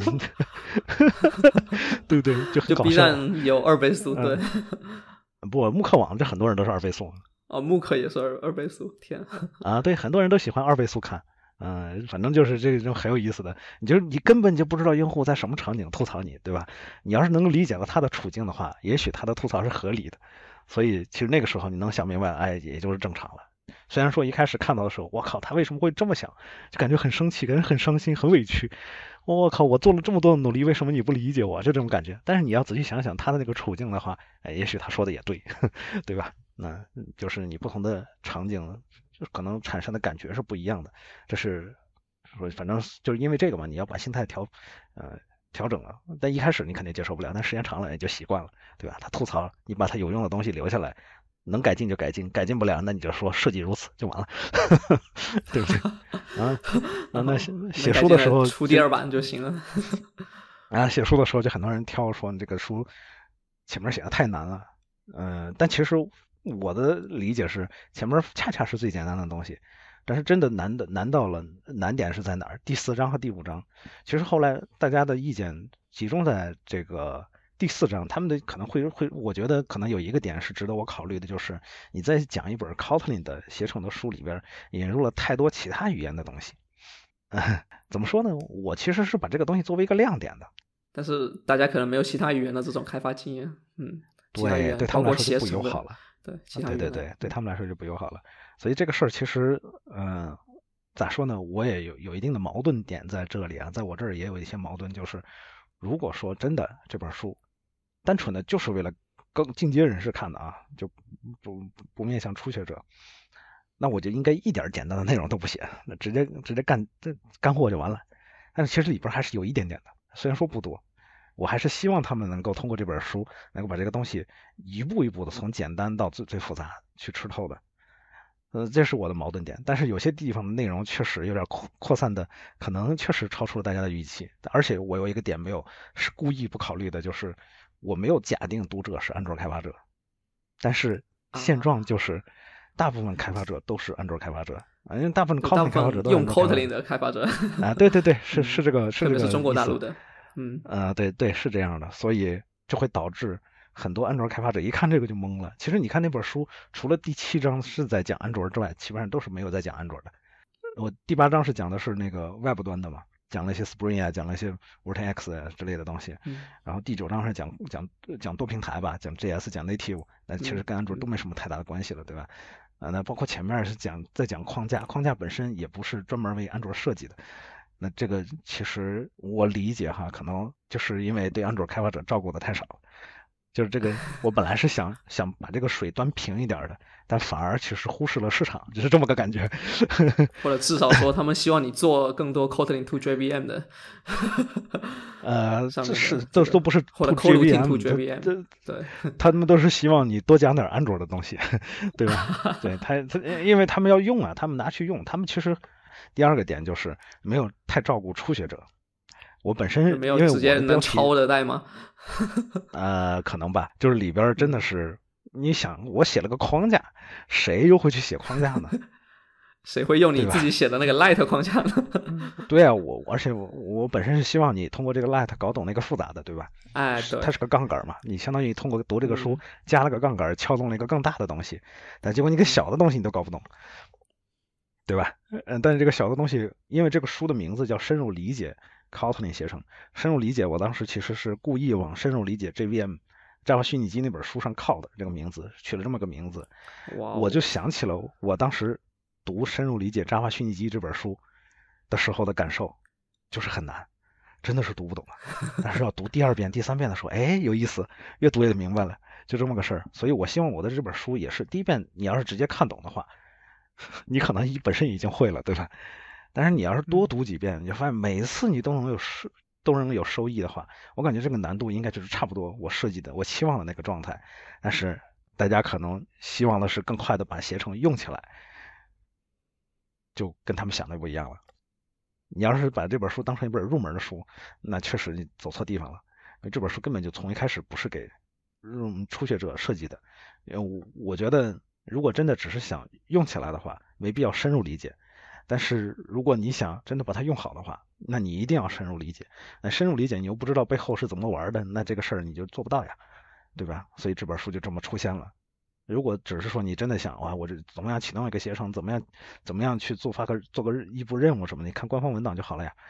对不对？就很搞笑。 就 B 站有二倍速，对。 嗯、不，慕课网这很多人都是二倍速。 哦，慕课也是二二倍速，天啊！对，很多人都喜欢二倍速看。嗯、呃，反正就是这种很有意思的。你就是你根本就不知道用户在什么场景吐槽你，对吧？你要是能够理解到他的处境的话，也许他的吐槽是合理的。所以其实那个时候你能想明白，哎，也就是正常了。虽然说一开始看到的时候，我靠，他为什么会这么想，就感觉很生气，感觉很伤心，很委屈。我靠，我做了这么多的努力，为什么你不理解我？就这种感觉。但是你要仔细想想他的那个处境的话，哎，也许他说的也对，对吧？那就是你不同的场景，就可能产生的感觉是不一样的。这是说，反正就是因为这个嘛，你要把心态调，呃。调整了，但一开始你肯定接受不了，但时间长了也就习惯了，对吧？他吐槽，你把他有用的东西留下来，能改进就改进，改进不了，那你就说设计如此就完了，对不对？啊啊，那写书的时候出第二版就行了。 啊，写书的时候就很多人挑说你这个书前面写的太难了，嗯、呃，但其实我的理解是前面恰恰是最简单的东西。但是真的难的难到了，难点是在哪儿？第四章和第五章，其实后来大家的意见集中在这个第四章，他们的可能会会，我觉得可能有一个点是值得我考虑的，就是你在讲一本 Kotlin 的写成的书里边引入了太多其他语言的东西。嗯、怎么说呢？我其实是把这个东西作为一个亮点的， 但是大家可能没有其他语言的这种开发经验，嗯， 对，对他们来说就不友好了。 对，其他对对对，对他们来说就不友好了。所以这个事儿其实，嗯、呃，咋说呢？我也有有一定的矛盾点在这里啊，在我这儿也有一些矛盾，就是如果说真的这本书单纯的就是为了更进阶人士看的啊，就不不不面向初学者， 那我就应该一点简单的内容都不写，那直接直接干这干货就完了。但是其实里边还是有一点点的，虽然说不多，我还是希望他们能够通过这本书，能够把这个东西一步一步的从简单到最最复杂去吃透的。呃，这是我的矛盾点。但是有些地方的内容确实有点扩扩散的，可能确实超出了大家的预期。而且我有一个点没有是故意不考虑的，就是我没有假定读者是安卓开发者，但是现状就是。大部分开发者都是安卓开发者啊，因为大部分 Kotlin 开发者都用 Kotlin 的开发者啊，对对对，是是这个，是这个， 特别是中国大陆的，嗯， 呃，对对是这样的，所以这会导致很多安卓开发者一看这个就懵了。其实你看那本书，除了第七章是在讲安卓之外，基本上都是没有在讲安卓的。我第八章是讲的是那个 Web 端的嘛，讲了一些 Spring 啊，讲了一些 Vue.js 啊之类的东西。 嗯、 然后第九章是讲讲讲多平台吧，讲 J S， 讲 Native， 那其实跟安卓都没什么太大的关系了，对吧？啊，那包括前面是讲在讲框架，框架本身也不是专门为安卓设计的。那这个其实我理解哈，可能就是因为对安卓开发者照顾的太少了。就是这个，我本来是想想把这个水端平一点的，但反而其实忽视了市场，就是这么个感觉。 或者至少说，他们希望你做更多 Kotlin to J V M 的。 呃，这是都都不是或者 Kotlin to J V M， 对， 他们都是希望你多讲点安卓的东西，对吧？对他他，因为他们要用啊，他们拿去用，他们其实第二个点就是没有太照顾初学者。我本身没有直接能抄的代码， 呃，可能吧，就是里边真的是，你想，我写了个框架，谁又会去写框架呢？ 谁会用你自己写的那个 Light 框架呢？ 对啊，我而且我我本身是希望你通过这个 Light 搞懂那个复杂的，对吧？ 哎，对， 它是个杠杆嘛，你相当于通过读这个书、嗯、加了个杠杆，撬动了一个更大的东西，但结果你个小的东西你都搞不懂，对吧？嗯，但是这个小的东西，因为这个书的名字叫深入理解Kotlin 写成，深入理解，我当时其实是故意往深入理解 J V M。Java 虚拟机那本书上靠的这个名字，取了这么个名字，我就想起了我当时读深入理解 Java 虚拟机这本书的时候的感受，就是很难，真的是读不懂了。但是要读第二遍、第三遍的时候，哎，有意思，越读越明白了，就这么个事儿。所以我希望我的这本书也是第一遍，你要是直接看懂的话，你可能本身已经会了，对吧？但是你要是多读几遍，你就发现每次你都能有收都能有收益的话，我感觉这个难度应该就是差不多我设计的我期望的那个状态。但是大家可能希望的是更快的把携程用起来，就跟他们想的不一样了。你要是把这本书当成一本入门的书，那确实你走错地方了。因为这本书根本就从一开始不是给入初学者设计的。因为我我觉得如果真的只是想用起来的话，没必要深入理解。但是如果你想真的把它用好的话，那你一定要深入理解。那深入理解你又不知道背后是怎么玩的，那这个事儿你就做不到呀，对吧？所以这本书就这么出现了。如果只是说你真的想哇，我这怎么样启动一个携程，怎么样怎么样去做发个做个一步任务什么的，你看官方文档就好了呀。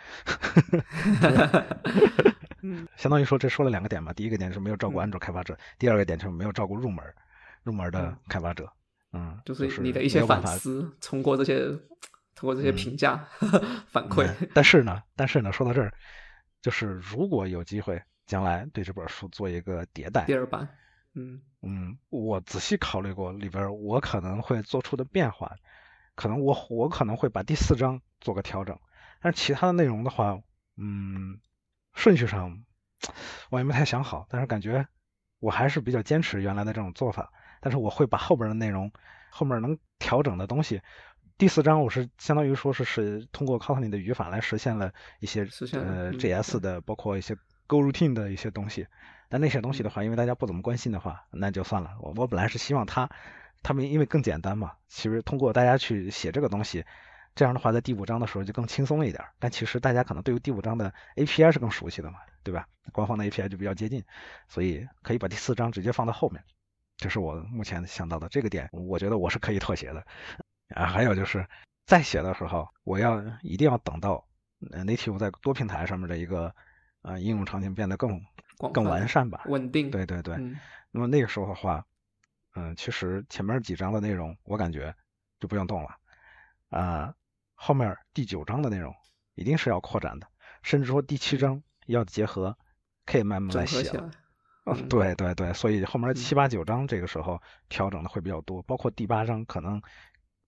相当于说这说了两个点嘛，第一个点是没有照顾安卓开发者，第二个点就是没有照顾入门入门的开发者。嗯， 就是你的一些反思，通过这些通过这些评价、嗯、反馈、 嗯。但是呢，但是呢，说到这儿，就是如果有机会将来对这本书做一个迭代， 第二版，嗯嗯，我仔细考虑过里边我可能会做出的变化，可能我我可能会把第四章做个调整，但是其他的内容的话，嗯，顺序上我也没太想好，但是感觉我还是比较坚持原来的这种做法。但是我会把后边的内容，后面能调整的东西，第四章我是相当于说是是通过 Kotlin 的语法来实现了一些呃 J S 的，包括一些 Go Routine 的一些东西。但那些东西的话，因为大家不怎么关心的话，那就算了。我我本来是希望他他们因为更简单嘛，其实通过大家去写这个东西，这样的话在第五章的时候就更轻松一点。但其实大家可能对于第五章的 A P I 是更熟悉的嘛，对吧？官方的 A P I 就比较接近，所以可以把第四章直接放到后面。这是我目前想到的这个点，我觉得我是可以妥协的。啊，还有就是在写的时候，我要一定要等到 Native 在多平台上面的一个呃应用场景变得更更完善吧， 稳定。 对对对。 嗯、 那么那个时候的话，嗯、呃，其实前面几章的内容我感觉就不用动了，啊、呃，后面第九章的内容一定是要扩展的，甚至说第七章要结合 K M M 来写了。嗯，对对对，所以后面七八九章这个时候调整的会比较多，包括第八章可能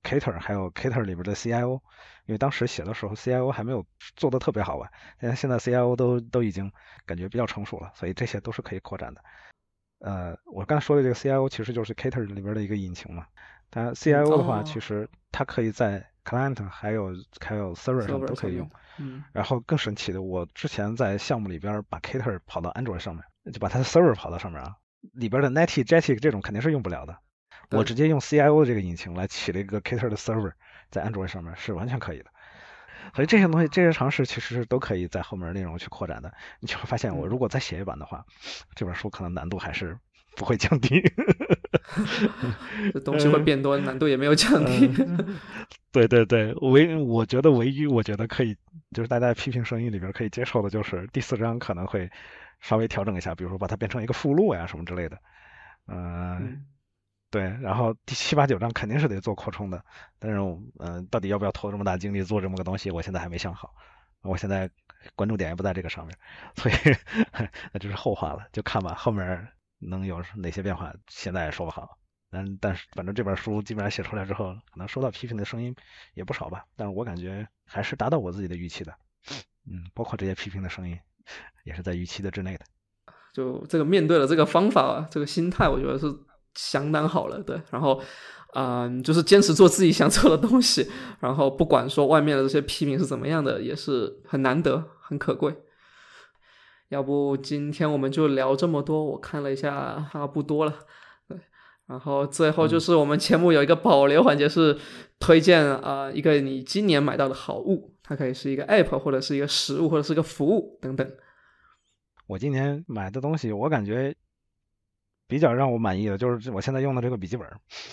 Cater 还有 Cater 里边的 C I O， 因为当时写的时候 C I O 还没有做的特别好吧，现在现在 C I O 都都已经感觉比较成熟了，所以这些都是可以扩展的。呃，我刚才说的这个 C I O 其实就是 Cater 里边的一个引擎嘛。但 C I O 的话， 哦、 其实它可以在 Client 还有还有 Server 上都可以用。 嗯。 然后更神奇的，我之前在项目里边把 Cater 跑到 Android 上面，就把它的 Server 跑到上面啊，里边的 Netty、Jetty 这种肯定是用不了的。我直接用 C I O 的这个引擎来起了一个 Cater 的 Server， 在 Android 上面是完全可以的。所以这些东西，这些尝试其实是都可以在后面内容去扩展的。你就会发现，我如果再写一版的话，这本书可能难度还是不会降低。 这东西会变多，难度也没有降低。 嗯、对对对，唯我觉得唯一我觉得可以，就是大家批评声音里边可以接受的，就是第四章可能会稍微调整一下，比如说把它变成一个附录呀什么之类的。呃、嗯。对，然后第七八九章肯定是得做扩充的，但是嗯、呃，到底要不要投这么大精力做这么个东西，我现在还没想好。我现在关注点也不在这个上面，所以那就是后话了，就看吧，后面能有哪些变化，现在也说不好。但但是反正这本书基本上写出来之后，可能收到批评的声音也不少吧，但是我感觉还是达到我自己的预期的。嗯，包括这些批评的声音也是在预期的之内的。 就这个面对的这个方法，这个心态，我觉得是相当好了。对，然后嗯、呃，就是坚持做自己想做的东西，然后不管说外面的这些批评是怎么样的，也是很难得很可贵。要不今天我们就聊这么多，我看了一下差不多了。对，然后最后就是我们节目有一个保留环节，是推荐啊、呃、一个你今年买到的好物，它可以是一个 app 或者是一个实物或者是一个服务等等。 我今年买的东西，我感觉比较让我满意的就是我现在用的这个笔记本。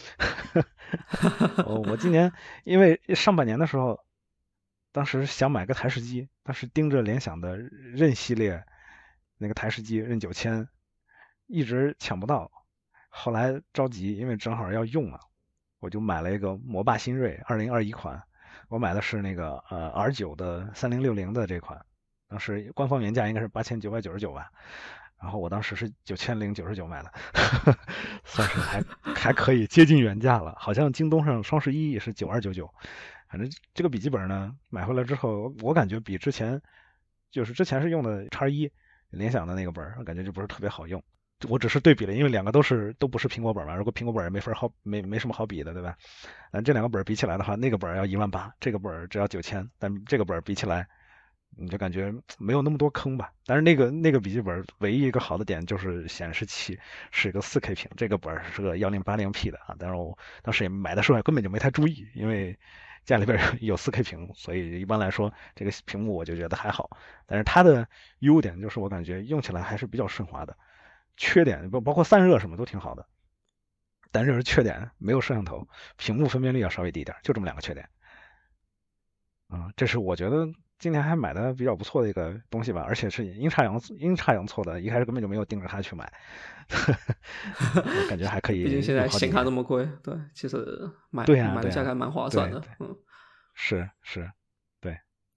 我我今年因为上半年的时候，当时想买个台式机，当时盯着联想的任系列那个台式机任九千，一直抢不到。后来着急，因为正好要用了，我就买了一个魔霸新锐二零二一款。我买的是那个呃 R 九的三零六零的这款，当时官方原价应该是八千九百九十九吧。然后我当时是九千零九十九买的，算是还还可以接近原价了。好像京东上双十一也是九二九九。反正这个笔记本呢，买回来之后，我感觉比之前，就是之前是用的叉一联想的那个本，感觉就不是特别好用。我只是对比了，因为两个都是都不是苹果本嘛，如果苹果本也没法好没没什么好比的，对吧？但这两个本比起来的话，那个本要一万八，这个本只要九千，但这个本比起来，你就感觉没有那么多坑吧。但是那个那个笔记本唯一一个好的点就是显示器是一个 四K 屏，这个本是个一零八零 P 的啊。但是我当时也买的时候根本就没太注意，因为家里边有 四K 屏，所以一般来说这个屏幕我就觉得还好。但是它的优点就是我感觉用起来还是比较顺滑的，缺点包包括散热什么都挺好的。但是缺点没有摄像头，屏幕分辨率要稍微低一点，就这么两个缺点。啊、嗯，这是我觉得今年还买的比较不错的一个东西吧，而且是阴差阳阴差阳错的，一开始根本就没有盯着它去买，我感觉还可以。 毕竟现在显卡这么贵，对，其实买对呀、啊， 买的价格还蛮划算的，嗯， 是是，对。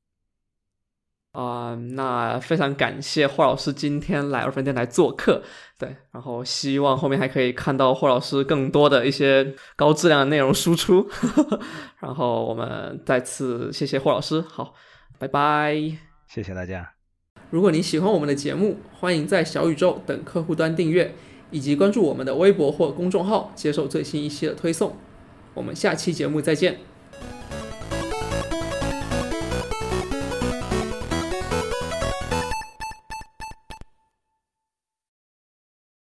啊、呃，那非常感谢霍老师今天来二分电台做客，对，然后希望后面还可以看到霍老师更多的一些高质量的内容输出，然后我们再次谢谢霍老师，好，拜拜， 谢谢大家。 如果你喜欢我们的节目，欢迎在小宇宙等客户端订阅，以及关注我们的微博或公众号，接受最新一期的推送。我们下期节目再见。